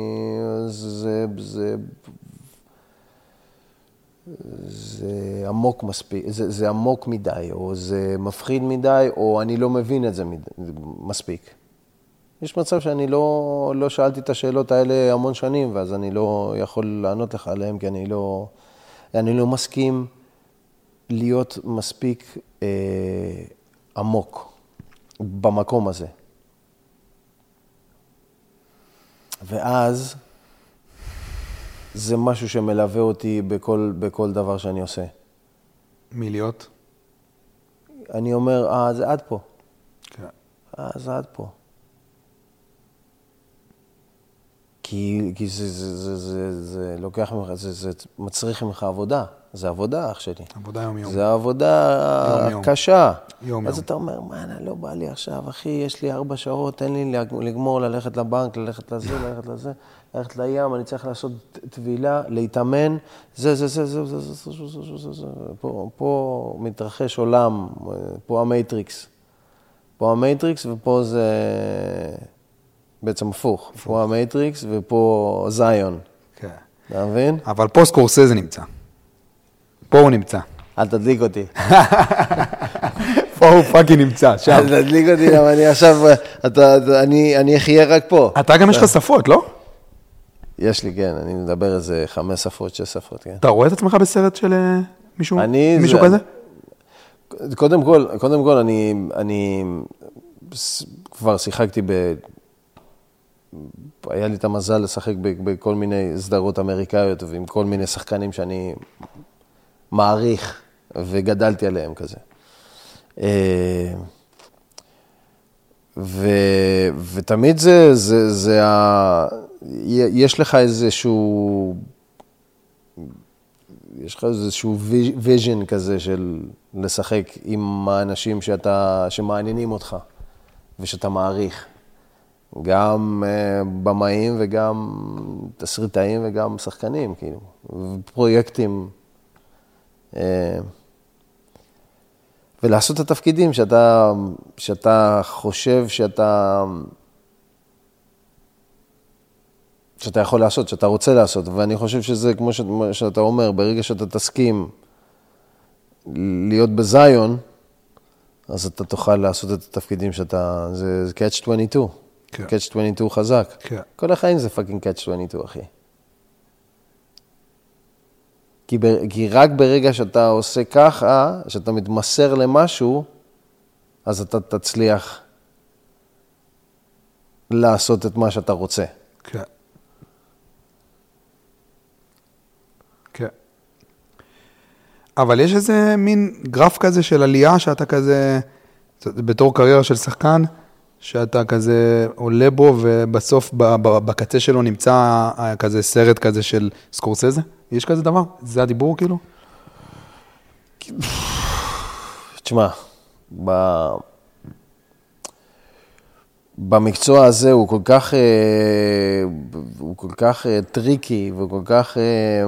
זה עמוק מספיק, זה עמוק מדי, או זה מפחיד מדי, או אני לא מבין את זה מספיק. יש מצב שאני לא שאלתי את השאלות האלה המון שנים, ואז אני לא יכול לענות לך עליהן, כי אני לא מסכים להיות מספיק עמוק במקום הזה. ואז זה משהו שמלווה אותי בכל דבר שאני עושה. מי להיות? אני אומר, זה עד פה. כן. זה עד פה. כי זה לוקח ממך, זה מצריך ממך עבודה. זה עבודה, אח שלי. עבודה יום-יום. זה עבודה קשה. יום-יום. אז אתה אומר, לא בא לי עכשיו, אחי, יש לי 4 שעות, תן לי לגמור, ללכת לבנק, ללכת לזה, ללכת לים, אני צריך לעשות טבילה, להתאמן, זה. פה מתרחש עולם, פה המייטריקס. ופה זה בעצם הפוך. פה המייטריקס ופה זיון. כן. אתה מבין? אבל פה סקורסזה נמצא. פה הוא נמצא. אל תדליק אותי. פה הוא פאקי נמצא, שם. אל תדליק אותי, למה אני עכשיו, אני אחיה רק פה. אתה גם יש לך שפות, לא? יש לי, כן, אני מדבר איזה 5 שפות, 6 שפות, כן. אתה רואה את עצמך בסרט של מישהו כזה? קודם כל, אני כבר שיחקתי היה לי את המזל לשחק בכל מיני סדרות אמריקאיות, ועם כל מיני שחקנים שאני מעריך, וגדלתי עליהם כזה. ותמיד יש לך איזשהו vision כזה של לשחק עם האנשים שמעניינים אותך, ושאתה מעריך. גם במאים וגם תסריטאים וגם שחקנים, כאילו, פרויקטים. ולעשות את התפקידים שאתה חושב שאתה שאתה יכול לעשות, שאתה רוצה לעשות, ואני חושב שזה כמו שאתה אומר, ברגע שאתה תסכים להיות בזיון, אז אתה תוכל לעשות את התפקידים שאתה, זה catch 22, catch 22 חזק. כל החיים זה fucking catch 22, אחי. כי רק ברגע שאתה עושה ככה, שאתה מתמסר למשהו, אז אתה תצליח לעשות את מה שאתה רוצה. כן. כן. אבל יש איזה מין גרף כזה של עלייה, שאתה כזה, בתור קריירה של שחקן, שאתה כזה עולה בו, ובסוף בקצה שלו נמצא כזה סרט כזה של סקורסזה? יש כזה דבר? זה הדיבור כאילו? תשמע, במקצוע הזה הוא כל כך טריקי, וכל כך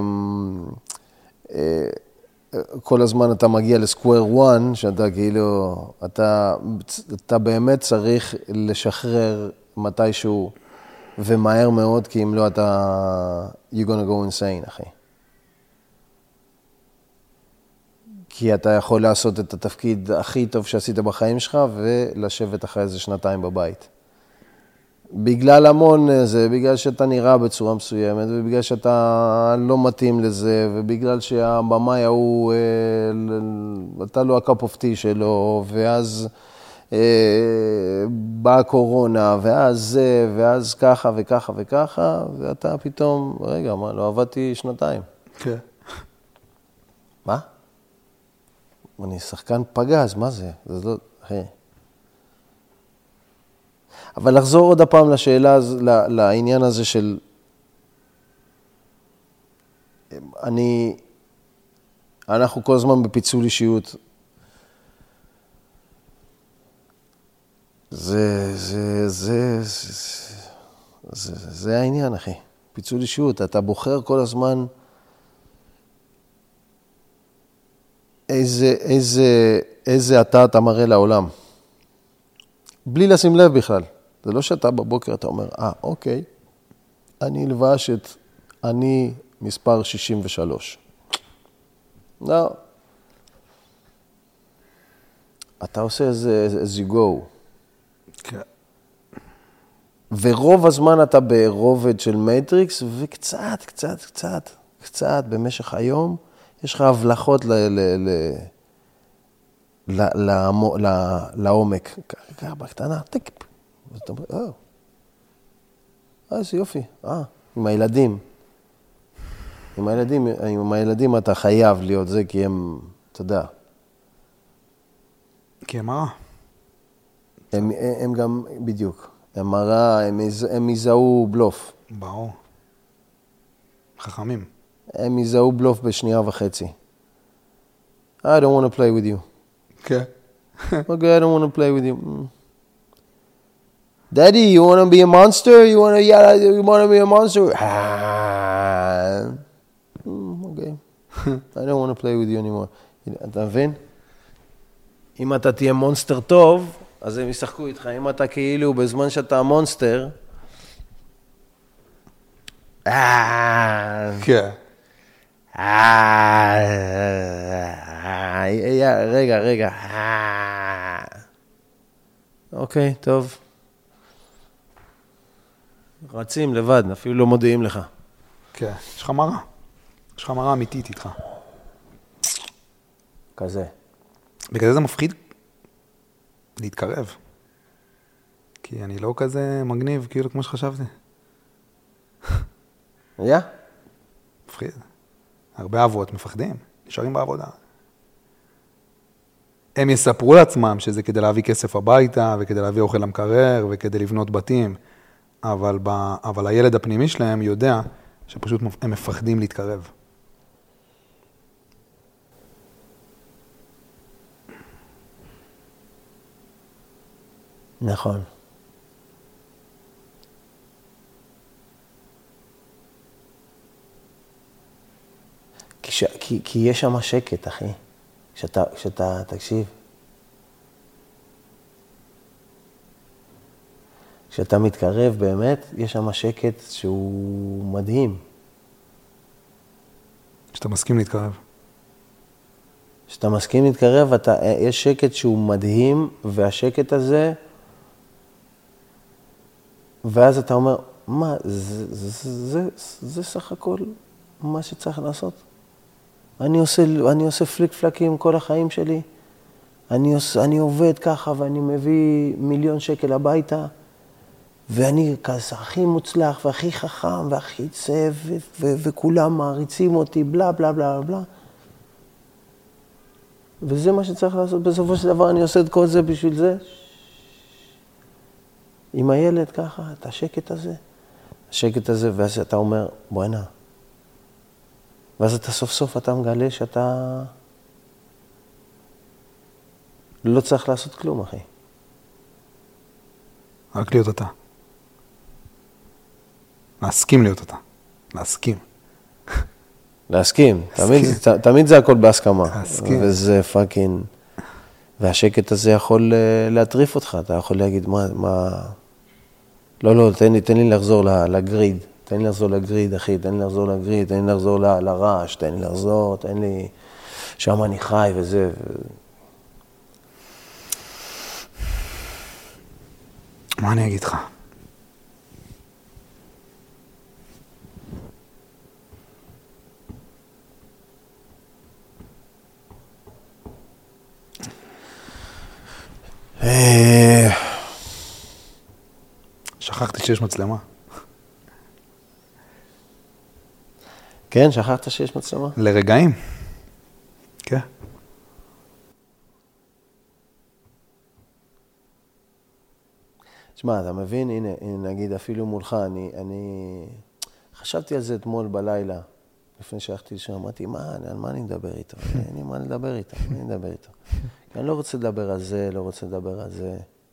כל הזמן אתה מגיע לסקוואר 1, שאתה כאילו, אתה באמת צריך לשחרר מתישהו, ומהר מאוד, כי אם לא אתה, you're gonna go insane, אחי. כי אתה יכול לעשות את התפקיד הכי טוב שעשית בחיים שלך, ולשבת אחרי איזה שנתיים בבית. בגלל המון זה, בגלל שאתה נראה בצורה מסוימת, ובגלל שאתה לא מתאים לזה, ובגלל שהבמאי הוא, אתה לא הקאפ אוף טי שלו, ואז באה קורונה, ואז זה, ואז ככה וככה וככה, ואתה פתאום, רגע, מה, לא עבדתי שנתיים. כן. מה? אני שחקן פגז, מה זה? זה לא, אחי. אבל לחזור עוד הפעם לשאלה, לעניין הזה של, אנחנו כל הזמן בפיצול אישיות. זה העניין, אחי. פיצול אישיות. אתה בוחר כל הזמן איזה אתה מראה לעולם. בלי לשים לב בכלל. זה לא שאתה בבוקר אתה אומר, אוקיי, אני לבש את, אני מספר 63. לא. אתה עושה איזה go. כן. ורוב הזמן אתה ברובד של מטריקס, וקצת במשך היום, יש לך הבלחות לעומק. ככה בקטנה, טק. ואתה אומר, איזה יופי. עם הילדים. עם הילדים אתה חייב להיות זה, כי הם, אתה יודע. כי הם רע. הם גם, בדיוק. הם רע, הם יזהו בלוף. ברור. חכמים. הם יזהו בלוף בשנייה וחצי. I don't want to play with you. כן. Okay, I don't want to play with you. Daddy, you want to be a monster? You want to be a monster? Okay. I don't want to play with you anymore. אתה מבין? אם אתה תהיה מונסטר טוב, אז הם ישחקו איתך. אם אתה כאילו בזמן שאתה מונסטר, כן. רגע. אוקיי, טוב. רצים לבד, אפילו לא מודיעים לך. כן, יש לך מראה. יש לך מראה אמיתית איתך. כזה. בגלל זה מפחיד להתקרב. כי אני לא כזה מגניב, כאילו כמו שחשבתי. מפחיד. הרבה אבות מפחדים, נשארים בעבודה. הם יספרו לעצמם שזה כדי להביא כסף הביתה, וכדי להביא אוכל למקרר, וכדי לבנות בתים. אבל הילד הפנימי שלהם יודע שפשוט הם מפחדים להתקרב. נכון. כי יש שם שקט, אחי. תקשיב. כשאתה מתקרב באמת, יש שם שקט שהוא מדהים. כשאתה מסכים להתקרב. כשאתה מסכים להתקרב, יש שקט שהוא מדהים, והשקט הזה, ואז אתה אומר, מה, זה סך הכל מה שצריך לעשות. אני עושה פליק פלקים כל החיים שלי. אני עובד ככה ואני מביא 1,000,000 שקל הביתה, ואני כזה הכי מוצלח והכי חכם והכי צב, וכולם מעריצים אותי, בלה בלה בלה בלה. וזה מה שצריך לעשות. בסופו של דבר אני עושה את כל זה בשביל זה. עם הילד ככה, את השקט הזה, ואז אתה אומר, בוא'נה. ואז אתה סוף סוף אתה מגלה שאתה לא צריך לעשות כלום, אחי. רק להיות אתה. להסכים להיות אתה. להסכים. תמיד זה הכל בהסכמה. להסכים. וזה פאקינג. והשקט הזה יכול להטריף אותך. אתה יכול להגיד, מה... לא, תן לי לחזור לגריד. תן לי לחזור לגריד, אחי. תן לי לחזור לרעש. תן לי... שם אני חי וזה... מה אני אגיד לך? שכחתי שיש מצלמה. כן, שכחת שיש מצלמה? לרגעים. כן. תשמע, אתה מבין? הנה, נגיד אפילו מולך, אני חשבתי על זה אתמול בלילה, לפני שהלכתי לשם, אמרתי, על מה אני מדבר איתו? אין לי מה לדבר איתו, אני לא רוצה לדבר על זה,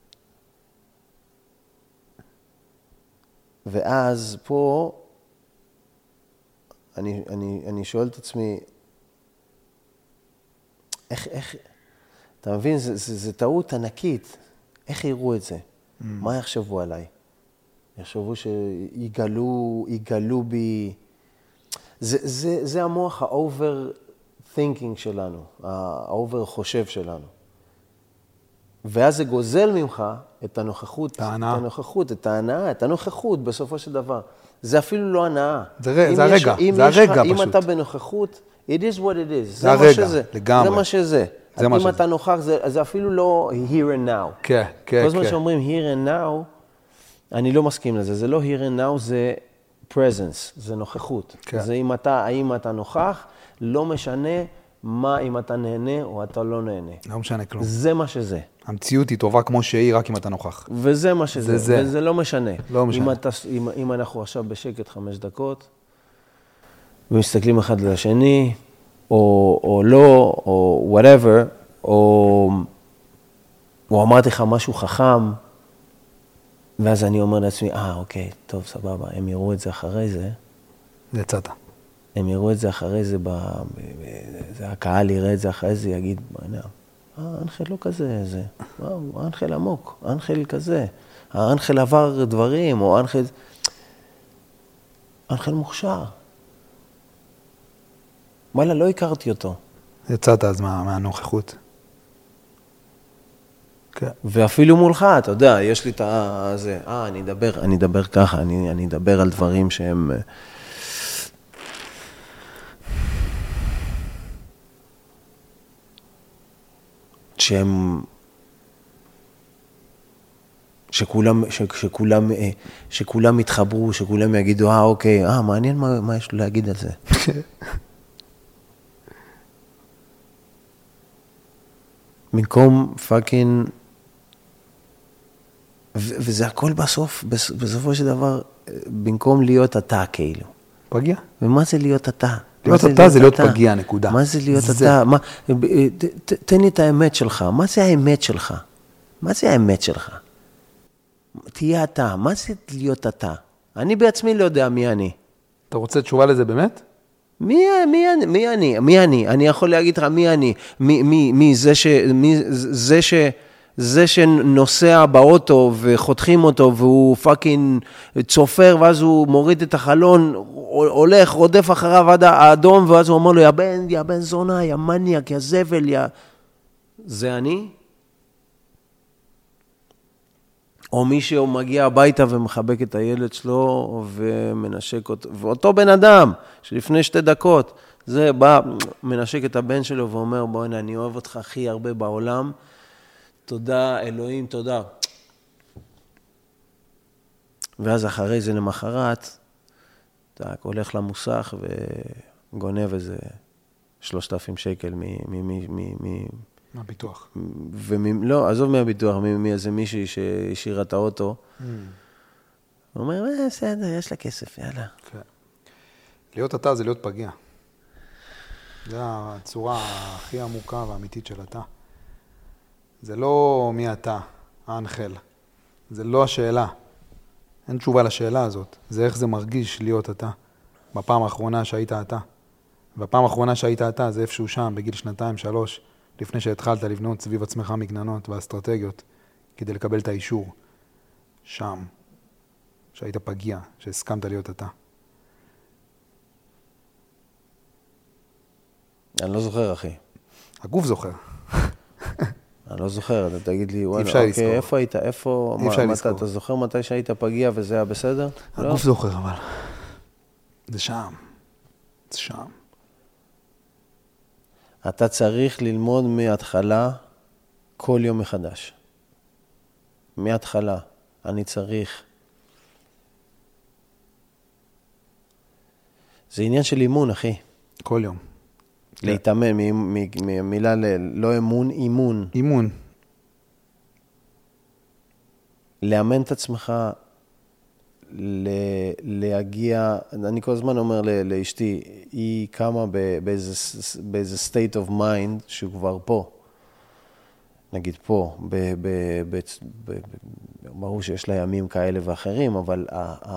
ואז פה, אני שואל את עצמי, איך, אתה מבין? זה טעות ענקית, איך יראו את זה? מה יחשבו עליי? יחשבו שיגלו בי... זה המוח ה-over-thinking שלנו, ה-over-חושב שלנו. ואז זה גוזל ממך את הנוכחות, את ההנאה, את הנוכחות בסופו של דבר. זה אפילו לא הנאה. זה הרגע פשוט. אם אתה בנוכחות, it is what it is. זה הרגע, לגמרי. זה מה שזה. אם אתה נוכח, זה אפילו לא here and now. כן. כל זמן שאומרים here and now, אני לא מסכים לזה. זה לא here and now, זה presence, זה נוכחות. זה האם אתה נוכח, לא משנה מה אם אתה נהנה או אתה לא נהנה. לא משנה כלום. זה מה שזה. המציאות היא טובה כמו שהיא, רק אם אתה נוכח. וזה מה שזה, וזה לא משנה. לא משנה. אם אנחנו עכשיו בשקט 5 דקות, ומסתכלים אחד לשני, או לא, או whatever, או אמרתי לך משהו חכם, ואז אני אומר לעצמי, אוקיי, טוב, סבבה, הם יראו את זה אחרי זה. יצאת. הם יראו את זה אחרי זה, הקהל יראה את זה אחרי זה, יגיד, האנחל לא כזה, האנחל עמוק, האנחל כזה, האנחל עבר דברים, או האנחל מוכשר. וואלה, לא הכרתי אותו. יצאת אז מהנוכחות. כן. ואפילו מולך, אתה יודע, יש לי את זה, אני אדבר ככה, אני אדבר על דברים שהם... שכולם יתחברו, שכולם יגידו, אוקיי, מעניין מה יש לו להגיד על זה. במקום פאקינג, וזה הכל בסופו של דבר, במקום להיות אתה כאילו. פגיע. ומה זה להיות אתה? להיות אתה זה להיות פגיע, נקודה. מה זה להיות אתה? תן לי את האמת שלך. מה זה האמת שלך? מה זה האמת שלך? תהיה אתה. מה זה להיות אתה? אני בעצמי לא יודע מי אני. אתה רוצה תשובה לזה באמת? מי אני? אני יכול להגיד לך מי אני. מי זה זה שנוסע באוטו וחותכים אותו והוא פאקינג צופר ואז הוא מוריד את החלון, הולך, רודף אחריו עד האדום ואז הוא אומר לו, יא בן זונה, יא מניאק, יא זבל, יא... זה אני? או מישהו מגיע הביתה ומחבק את הילד שלו ומנשק אותו, ואותו בן אדם שלפני 2 דקות, זה בא, מנשק את הבן שלו ואומר, בוא הנה, אני אוהב אותך הכי הרבה בעולם, תודה, אלוהים, תודה. ואז אחרי זה למחרת, אתה הולך למוסך וגונב איזה 3,000 שקל מהביטוח. לא, עזוב מהביטוח, מאיזה מישהי שהשאירה את האוטו. הוא אומר, בסדר, יש לה כסף, יאללה. להיות אתה זה להיות פגיע. זה הצורה הכי עמוקה והאמיתית של אתה. זה לא מי אתה, האנחל. זה לא השאלה. אין תשובה לשאלה הזאת. זה איך זה מרגיש להיות אתה. בפעם האחרונה שהיית אתה. והפעם האחרונה שהיית אתה זה איפשהו שם, בגיל 2-3, לפני שהתחלת לבנות סביב עצמך מגננות ואסטרטגיות, כדי לקבל את האישור. שם. שהיית פגיע, שהסכמת להיות אתה. אני לא זוכר, אחי. הגוף זוכר. אני לא זוכר, אתה תגיד לי, וואלה, אוקיי, איפה היית? איפה? אי אפשר לזכור. אתה זוכר מתי שהיית פגיע וזה היה בסדר? הגוף זוכר, אבל. זה שם. זה שם. אתה צריך ללמוד מההתחלה כל יום מחדש. מההתחלה. אני צריך. זה עניין של אימון, אחי. כל יום. להתאמן, מילה לא אמון, אימון. אימון. לאמן את עצמך, להגיע, אני כל הזמן אומר לאשתי, היא קמה באיזה state of mind שהוא כבר פה. נגיד פה, ברור שיש לה ימים כאלה ואחרים, אבל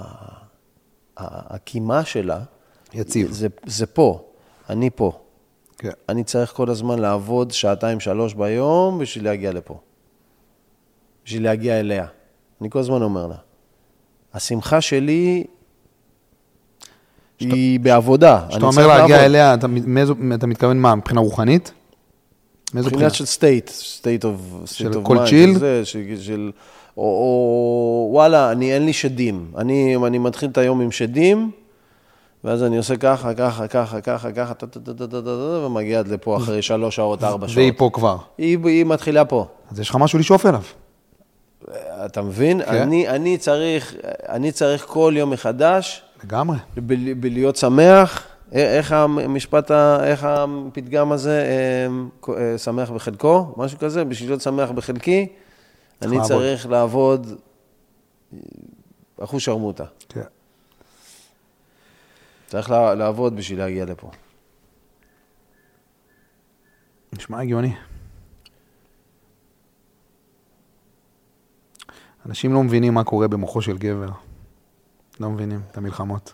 הקימה שלה, יציב. זה פה, אני פה. כן. אני צריך כל הזמן לעבוד 2-3 ביום בשביל להגיע לפה. בשביל להגיע אליה. אני כל הזמן אומר לה. השמחה שלי היא בעבודה. כשאתה אומר להגיע אליה, אתה מתכוון מה? מבחינה רוחנית? מבחינה של state of של כל צ'יל? או וואלה, אין לי שדים. אני מתחיל את היום עם שדים, ואז אני עושה ככה, ומגיע עד לפה אחרי 3 שעות, 4 שעות. והיא פה כבר. היא מתחילה פה. אז יש לך משהו לשאוף אליו. אתה מבין? אני צריך כל יום מחדש. לגמרי. בלהיות שמח. איך המשפט, איך הפתגם הזה, שמח בחלקו, משהו כזה, בשביל להיות שמח בחלקי, אני צריך לעבוד אחוז שרמוטה. כן. צריך לעבוד בשביל להגיע לפה. נשמע הגיוני. אנשים לא מבינים מה קורה במוחו של גבר. לא מבינים את המלחמות.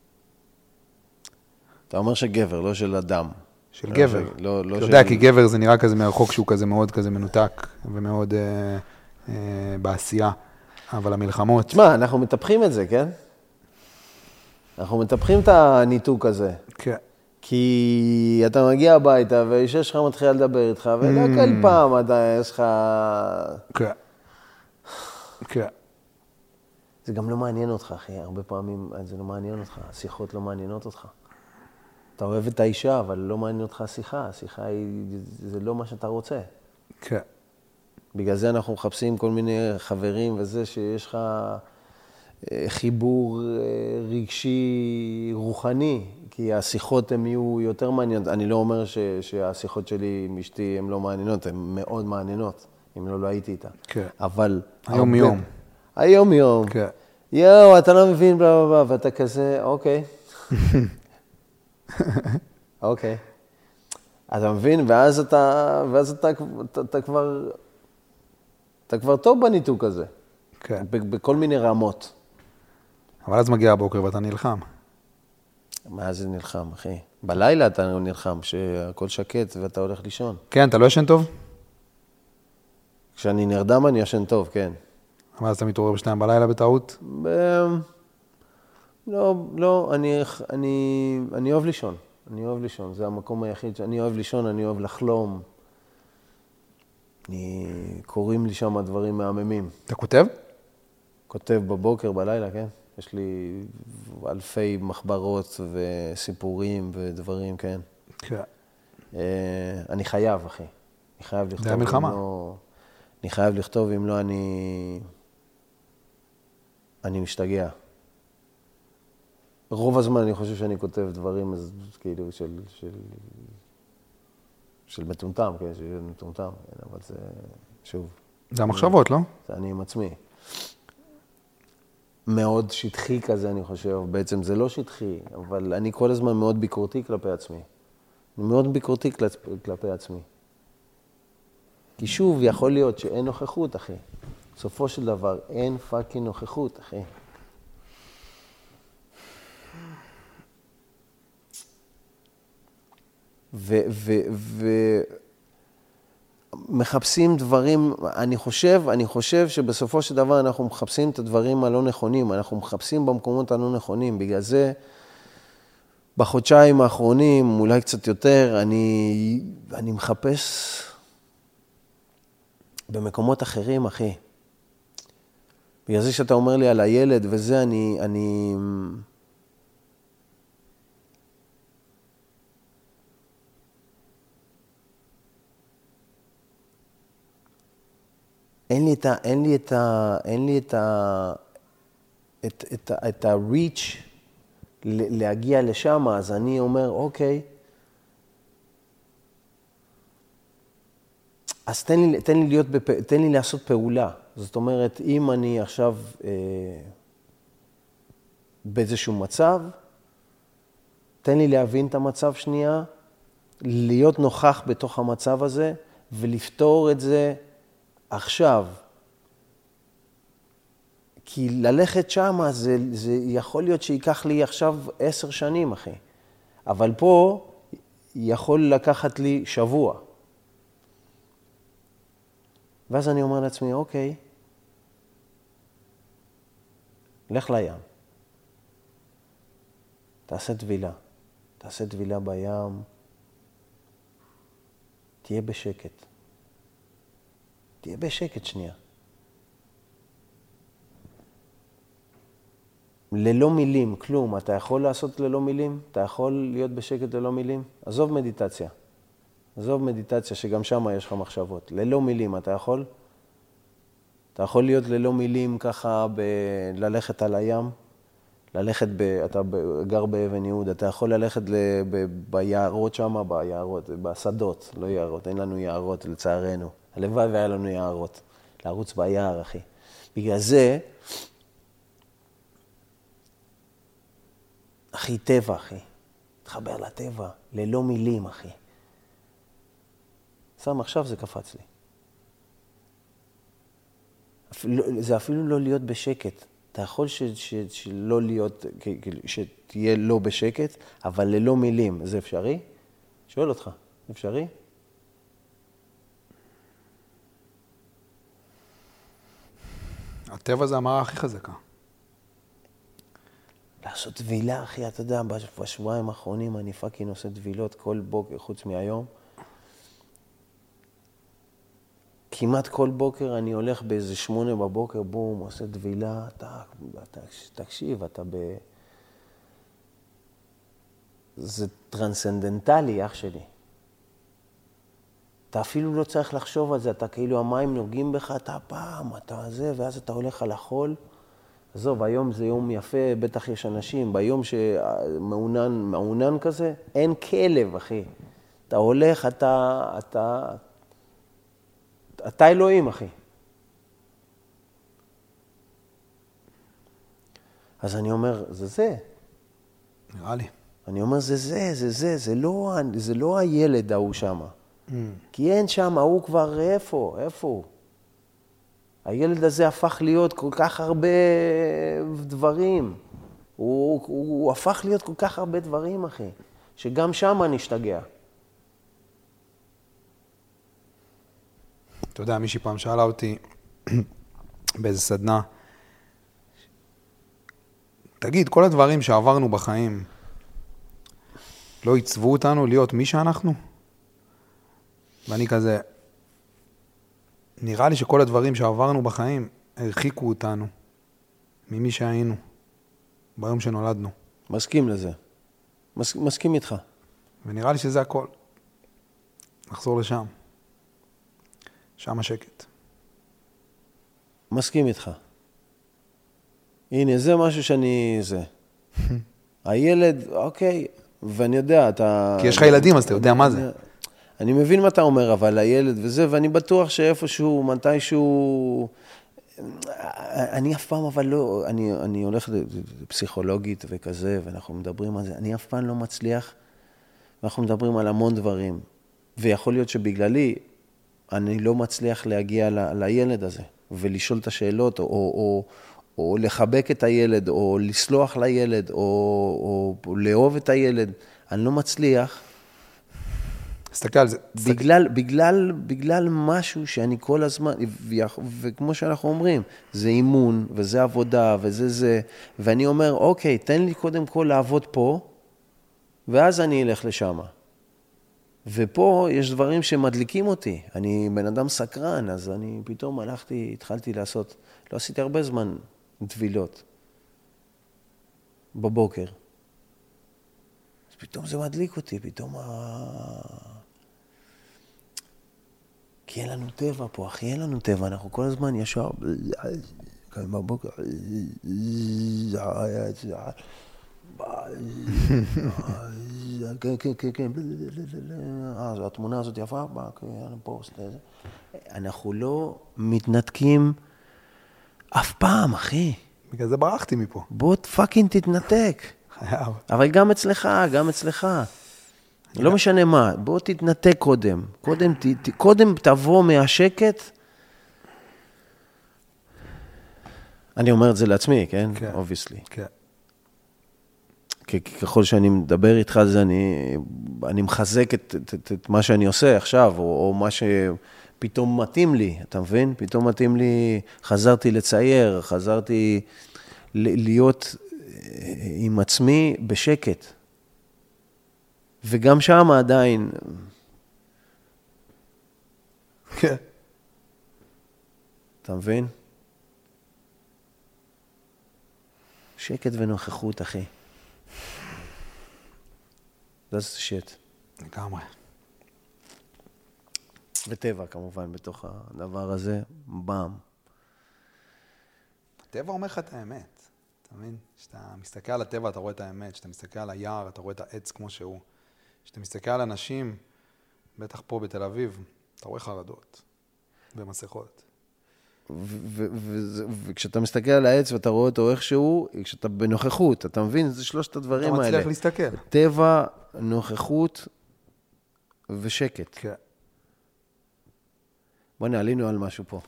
אתה אומר שגבר, לא של אדם. של גבר. אתה יודע, כי גבר זה נראה כזה מרחוק שהוא כזה מאוד כזה מנותק ומאוד בעשייה. אבל המלחמות... תשמע, אנחנו מטפחים את זה, כן? אנחנו מטפחים את הניתוק הזה. כן. כי אתה מגיע הביתה והאישה שלך מתחילה לדבר איתך, וכל פעם יש לך... כן. כן. זה גם לא מעניין אותך, אחי. הרבה פעמים זה לא מעניין אותך. השיחות לא מעניינות אותך. אתה אוהב את האישה, אבל לא מעניין אותך השיחה. השיחה זה לא מה שאתה רוצה. כן. בגלל זה אנחנו מחפשים כל מיני חברים וזה שיש לך חיבור רגשי רוחני, כי השיחות הן יהיו יותר מעניינות. אני לא אומר שהשיחות שלי עם אשתי הן לא מעניינות, הן מאוד מעניינות, אם לא הייתי איתה. כן. אבל... היום-יום. היום-יום. כן. יואו, אתה לא מבין, בלה בלה, ואתה כזה, אוקיי. אוקיי. אתה מבין, ואז אתה כבר טוב בניתוק הזה. כן. בכל מיני רמות. אבל אז מגיע הבוקר ואתה נלחם. מה זה נלחם, אחי? בלילה אתה נלחם, שהכל שקט ואתה הולך לישון. כן, אתה לא ישן טוב? כשאני נרדם אני ישן טוב, כן. אבל אז אתה מתעורר ב2 בלילה בטעות? לא, אני אוהב לישון. אני אוהב לישון, זה המקום היחיד שאני אוהב לישון, אני אוהב לחלום. קוראים לי שם דברים מהממים. אתה כותב? כותב בבוקר, בלילה, כן. יש לי אלפי מחברות וסיפורים ודברים, כן. כן. אני חייב, אחי. אני חייב לכתוב. זה המלחמה. אני חייב לכתוב, אם לא אני משתגע. רוב הזמן אני חושב שאני כותב דברים כאילו של מטומטם, כן, של מטומטם, אבל זה, שוב. זה המחשבות, לא? זה אני עם עצמי. מאוד שטחי כזה, אני חושב. בעצם זה לא שטחי, אבל אני כל הזמן מאוד ביקורתי כלפי עצמי. אני מאוד ביקורתי כלפי עצמי. כי שוב, יכול להיות שאין נוכחות, אחי. בסופו של דבר, אין פאקינג נוכחות, אחי. מחפשים דברים, אני חושב שבסופו של דבר אנחנו מחפשים את הדברים הלא נכונים, אנחנו מחפשים במקומות הלא נכונים, בגלל זה בחודשיים האחרונים, אולי קצת יותר, אני מחפש במקומות אחרים, אחי. בגלל זה שאתה אומר לי על הילד וזה, אין לי את ה-reach להגיע לשם, אז אני אומר, אוקיי, אז תן לי לעשות פעולה. זאת אומרת, אם אני עכשיו באיזשהו מצב, תן לי להבין את המצב שנייה, להיות נוכח בתוך המצב הזה, ולפתור את זה עכשיו. כי ללכת שם, זה יכול להיות שיקח לי עכשיו 10 שנים, אחי. אבל פה יכול לקחת לי שבוע. ואז אני אומר לעצמי, אוקיי, לך לים. תעשה טבילה בים. תהיה בשקט שנייה. ללא מילים, כלום. אתה יכול לעשות ללא מילים? אתה יכול להיות בשקט ללא מילים? עזוב מדיטציה שגם שם יש לך מחשבות. ללא מילים, אתה יכול? אתה יכול להיות ללא מילים ככה, ללכת על הים? אתה גר באבן יהוד, אתה יכול ללכת ביערות שם, בשדות, לא יערות, אין לנו יערות לצערנו. הלוואי והיה לנו יערות, לרוץ ביער, אחי. בגלל זה, אחי, טבע, אחי. תחבר לטבע, ללא מילים, אחי. עכשיו זה קפץ לי. זה אפילו לא להיות בשקט. אתה יכול שלא להיות, שתהיה לא בשקט, אבל ללא מילים. זה אפשרי? שואל אותך, אפשרי? הטבע זה המראה הכי חזקה. לעשות טבילה, אחי, אתה יודע, בשבועיים האחרונים אני פאקינג עושה טבילות כל בוקר, חוץ מהיום. כמעט כל בוקר אני הולך באיזה 8 בבוקר, בום, עושה טבילה, תקשיב, זה טרנסצנדנטלי, אח שלי. אתה אפילו לא צריך לחשוב על זה, אתה כאילו המים נוגעים בך, אתה זה, ואז אתה הולך על החול. עזוב, היום זה יום יפה, בטח יש אנשים, ביום שמעונן כזה, אין כלב, אחי. אתה הולך, אתה אלוהים, אחי. אז אני אומר, זה. נראה לי. אני אומר, זה לא הילד ההוא שמה. כי אין שם, ההוא כבר איפה הוא? הילד הזה הפך להיות כל כך הרבה דברים. הוא הפך להיות כל כך הרבה דברים, אחי. שגם שם נשתגע. אתה יודע, מישהי פעם שאלה אותי באיזה סדנה, תגיד, כל הדברים שעברנו בחיים לא עיצבו אותנו להיות מי שאנחנו? ואני כזה, נראה לי שכל הדברים שעברנו בחיים הרחיקו אותנו ממי שהיינו ביום שנולדנו. מסכים לזה. מסכים איתך. ונראה לי שזה הכל. נחזור לשם. שם השקט. מסכים איתך. הנה, זה משהו זה. הילד, אוקיי, ואני יודע, אתה... כי יש לך ילדים, אז אתה יודע מה זה. אני מבין מה אתה אומר, אבל הילד וזה, ואני בטוח שאיפשהו, מתישהו... אני אף פעם, אבל לא... אני הולך לפסיכולוגית וכזה, ואנחנו מדברים על זה. אני אף פעם לא מצליח, ואנחנו מדברים על המון דברים. ויכול להיות שבגללי, אני לא מצליח להגיע לילד הזה, ולשאול את השאלות, או לחבק את הילד, או לסלוח לילד, או לאהוב את הילד. אני לא מצליח. תסתכל על זה. בגלל משהו שאני כל הזמן, וכמו שאנחנו אומרים, זה אימון, וזה עבודה, וזה זה, ואני אומר, אוקיי, תן לי קודם כל לעבוד פה, ואז אני אלך לשם. ופה יש דברים שמדליקים אותי. אני בן אדם סקרן, אז אני פתאום התחלתי לעשות, לא עשיתי הרבה זמן דבילות בבוקר. אז פתאום זה מדליק אותי, פתאום כי אין לנו טבע פה, אחי, אין לנו טבע, אנחנו כל הזמן ישר, כאן בבוקר, כן, התמונה הזאת יפה, אנחנו לא מתנתקים אף פעם, אחי. בגלל זה ברחתי מפה. בוא פאקינג תתנתק. חייב. אבל גם אצלך. לא משנה מה, בוא תתנתק קודם. קודם תבוא מהשקט. אני אומר את זה לעצמי, כן? כן. Obviously. כן. ככל שאני מדבר איתך על זה, אני מחזק את מה שאני עושה עכשיו, או מה שפתאום מתאים לי, אתה מבין? פתאום מתאים לי, חזרתי לצייר, חזרתי להיות עם עצמי בשקט. וגם שם עדיין... כן. אתה מבין? שקט ונוכחות, אחי. That's the shit. לגמרי. וטבע, כמובן, בתוך הדבר הזה, באם. הטבע אומר לך את האמת. אתה מבין? כשאתה מסתכל על הטבע, אתה רואה את האמת. כשאתה מסתכל על היער, אתה רואה את העץ כמו שהוא. כשאתה מסתכל על אנשים, בטח פה בתל אביב, אתה רואה חרדות ומסכות. וכשאתה מסתכל על העץ ואתה רואה אותו איכשהו, כשאתה בנוכחות, אתה מבין? זה שלושת הדברים האלה. אתה מצליח להסתכל. טבע, נוכחות ושקט. כן. בוא נעלינו על משהו פה.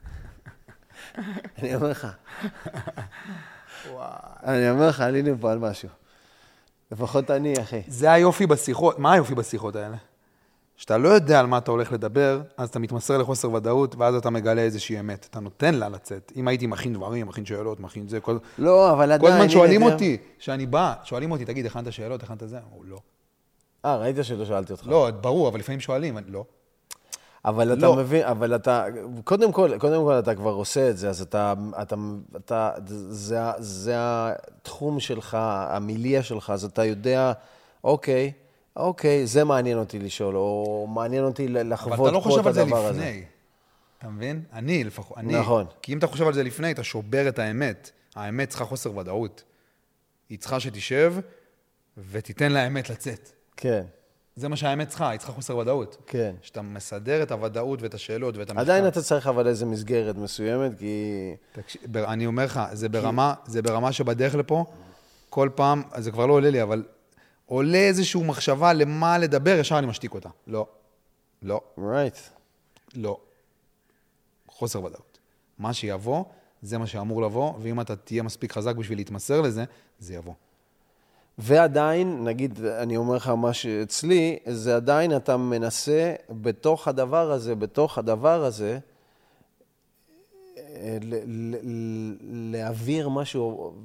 אני אומר לך. אני אומר לך, עלינו פה על משהו. לפחות אני, אחי. זה היופי בשיחות. מה היופי בשיחות האלה? שאתה לא יודע על מה אתה הולך לדבר, אז אתה מתמסר לחוסר ודאות, ואז אתה מגלה איזושהי אמת. אתה נותן לה לצאת. אם הייתי מכין דברים, מכין שאלות, מכין זה, לא, אבל עדיין... כל הזמן שואלים אותי, שאני בא, שואלים אותי, תגיד, הכנת שאלות, הכנת זה? או לא. ראית שלא שאלתי אותך. לא, ברור, אבל לפעמים שואלים, לא. אבל אתה מבין, אבל אתה, קודם כל אתה כבר עושה את זה, אז זה התחום שלך, המיליה שלך, אז אתה יודע, אוקיי, זה מעניין אותי לשאול, או מעניין אותי לחוות פה את הדבר הזה. אבל אתה לא חושב על זה לפני, אתה מבין? אני לפחות, נכון. כי אם אתה חושב על זה לפני, אתה שובר את האמת. האמת צריכה חוסר ודאות. היא צריכה שתשב ותיתן לאמת לצאת. כן. זה מה שהאמת צריכה, היא צריכה חוסר ודאות. כן. שאתה מסדר את הוודאות ואת השאלות ואת המחקר. עדיין אתה צריך אבל איזה מסגרת מסוימת, כי... אני אומר לך, זה ברמה שבדרך לפה, כל פעם, זה כבר לא עולה לי, אבל עולה איזושהי מחשבה למה לדבר, ישר אני משתיק אותה. לא. לא. Right. לא. חוסר ודאות. מה שיבוא, זה מה שאמור לבוא, ואם אתה תהיה מספיק חזק בשביל להתמסר לזה, זה יבוא. ועדיין, נגיד, אני אומר לך מה שאצלי, זה עדיין אתה מנסה בתוך הדבר הזה, להעביר משהו,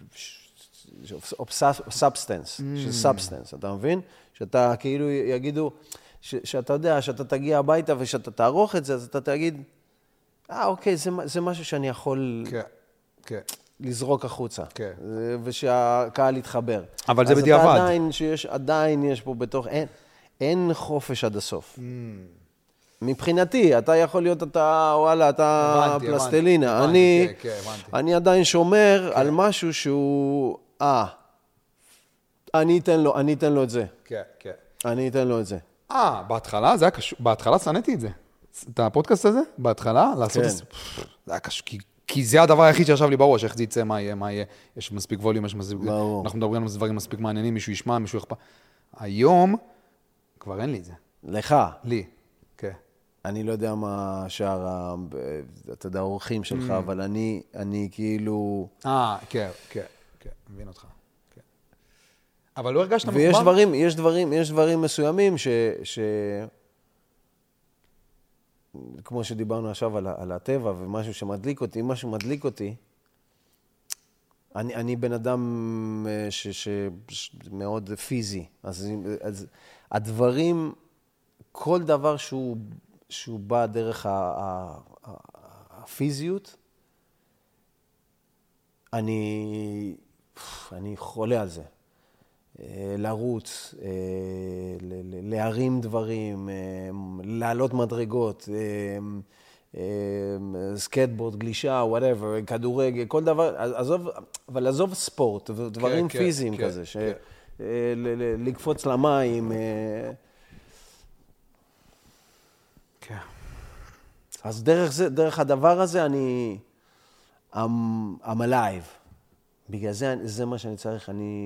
סאבסטנס, של סאבסטנס, אתה מבין? שאתה כאילו יגידו, שאתה יודע, שאתה תגיע הביתה ושאתה תערוך את זה, אז אתה תגיד, אוקיי, זה משהו שאני יכול לזרוק החוצה, ושהקהל יתחבר. אבל זה בדיעבד. אז עדיין יש פה בתוך, אין חופש עד הסוף. מבחינתי, אתה יכול להיות, אתה פלסטלינה. אני עדיין שומר על משהו שהוא, אני אתן לו את זה. אני אתן לו את זה. בהתחלה, בהתחלה שנאתי את זה. את הפודקאסט הזה, בהתחלה, לעשות את זה. זה היה קשור, כי זה הדבר היחיד שישב לי בראש, איך זה יצא, מה יהיה. יש מספיק ווליום, יש מספיק... אנחנו מדברים על דברים מספיק מעניינים, מישהו ישמע, מישהו יחפה. היום, כבר אין לי את זה. לך. לי, כן. אני לא יודע מה שאר, אתה יודע, האורחים שלך, אבל אני כאילו... כן, מבין אותך. אבל לא הרגשת מחובר? ויש דברים מסוימים כמו שדיברנו עכשיו על הטבע ומשהו שמדליק אותי, אם משהו מדליק אותי, אני בן אדם מאוד פיזי. אז הדברים, כל דבר שהוא בא דרך הפיזיות, אני חולה על זה. לרוץ, להרים דברים, לעלות מדרגות, סקטבורד, גלישה, whatever, כדורגל, כל דבר, אבל עזוב ספורט, דברים פיזיים כזה, לקפוץ למים. אז דרך הדבר הזה I'm alive. בגלל זה מה שאני צריך,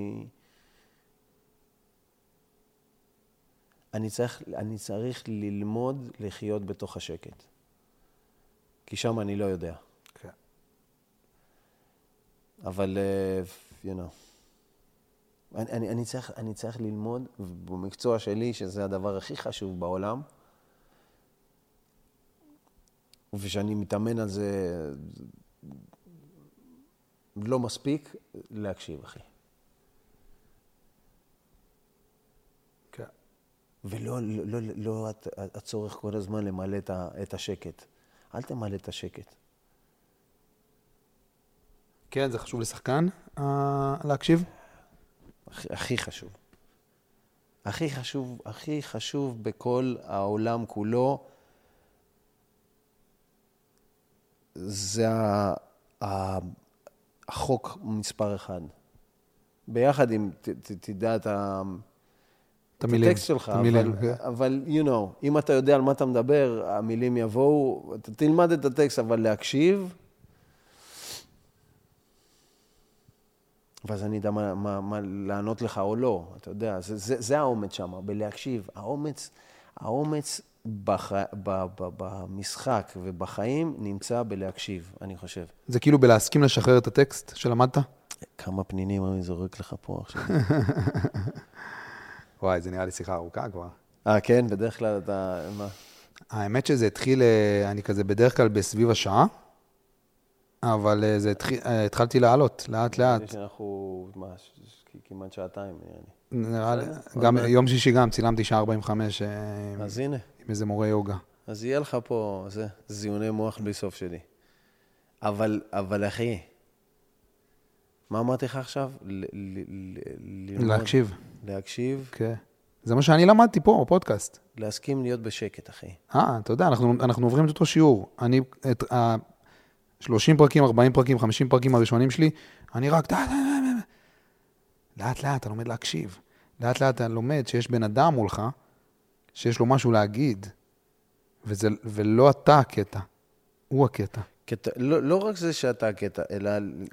אני צריך ללמוד לחיות בתוך השקט. כי שם אני לא יודע. כן. אבל, אני צריך ללמוד, במקצוע שלי, שזה הדבר הכי חשוב בעולם, ושאני מתאמן על זה לא מספיק, להקשיב, אחי. ולא הצורך כל הזמן למלא את השקט. אל תמלא את השקט. כן, זה חשוב לשחקן להקשיב? הכי חשוב. הכי חשוב בכל העולם כולו, זה החוק מספר אחד. ביחד עם, תדע את הטקסט שלך, אבל, אם אתה יודע על מה אתה מדבר, המילים יבואו, אתה תלמד את הטקסט, אבל להקשיב, ואז אני יודע מה לענות לך או לא, אתה יודע, זה האומץ שם, בלהקשיב. האומץ במשחק ובחיים נמצא בלהקשיב, אני חושב. זה כאילו בלהסכים לשחרר את הטקסט שלמדת? כמה פנינים אני זורק לך פה עכשיו. וואי, זה נראה לי שיחה ארוכה כבר. כן, בדרך כלל אתה... מה? האמת שזה התחיל, אני כזה בדרך כלל בסביב השעה, אבל התחלתי לעלות, לאט. שאנחנו, כמעט שעתיים, נראה לי. גם יום שישי גם, צילמתי שעה 45. אז הנה. עם איזה מורה יוגה. אז יהיה לך פה, זיוני מוח בלי סוף שלי. אבל אחי, מה אמרתי לך עכשיו? להקשיב. להקשיב. כן. זה מה שאני למדתי פה, בפודקאסט. להסכים להיות בשקט, אחי. אתה יודע, אנחנו עוברים את אותו שיעור. אני, 30 פרקים, 40 פרקים, 50 פרקים הראשונים שלי, אני רק, לאט, אתה לומד להקשיב. לאט, אתה לומד שיש בן אדם מולך, שיש לו משהו להגיד, ולא אתה הקטע, הוא הקטע. לא רק זה שאתה הקטע, אלא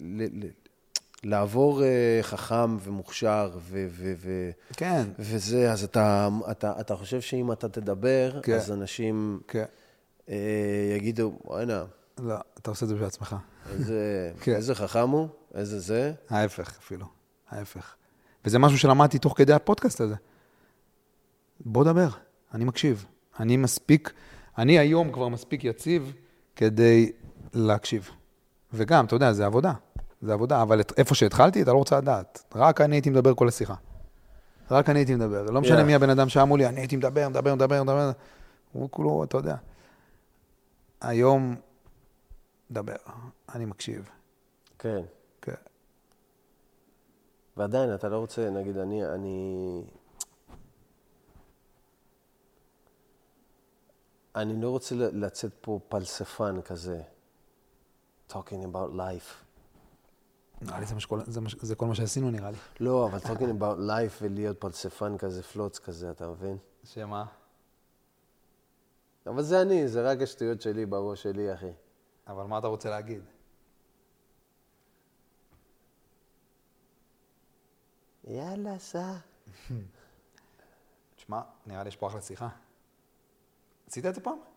לעבור חכם ומוכשר כן. וזה, אז אתה חושב שאם אתה תדבר, אז אנשים יגידו, הנה. לא, אתה עושה את זה בשביל עצמך. איזה חכם הוא, איזה זה. ההפך אפילו, ההפך. וזה משהו שלמדתי תוך כדי הפודקאסט הזה. בוא דבר, אני מקשיב. אני היום כבר מספיק יציב כדי להקשיב. וגם, אתה יודע, זה עבודה. זה עבודה, אבל איפה שהתחלתי, אתה לא רוצה לדעת. רק אני הייתי מדבר כל השיחה. רק אני הייתי מדבר. לא משנה מי הבן אדם שאמרו לי, אני הייתי מדבר. הוא כולו, אתה יודע. היום, דבר. אני מקשיב. כן. כן. ועדיין, אתה לא רוצה, נגיד, אני לא רוצה לצאת פה פלספן כזה. Talking about life. נראה לי זה כל מה שעשינו, נראה לי. לא, אבל talking about life ולהיות פלספן כזה, פלוץ כזה, אתה מבין? שמה? אבל זה אני, זה רק השטויות שלי בראש שלי, אחי. אבל מה אתה רוצה להגיד? יאללה, סע. תשמע, נראה לי יש פה אחלה שיחה. עשית את זה פעם?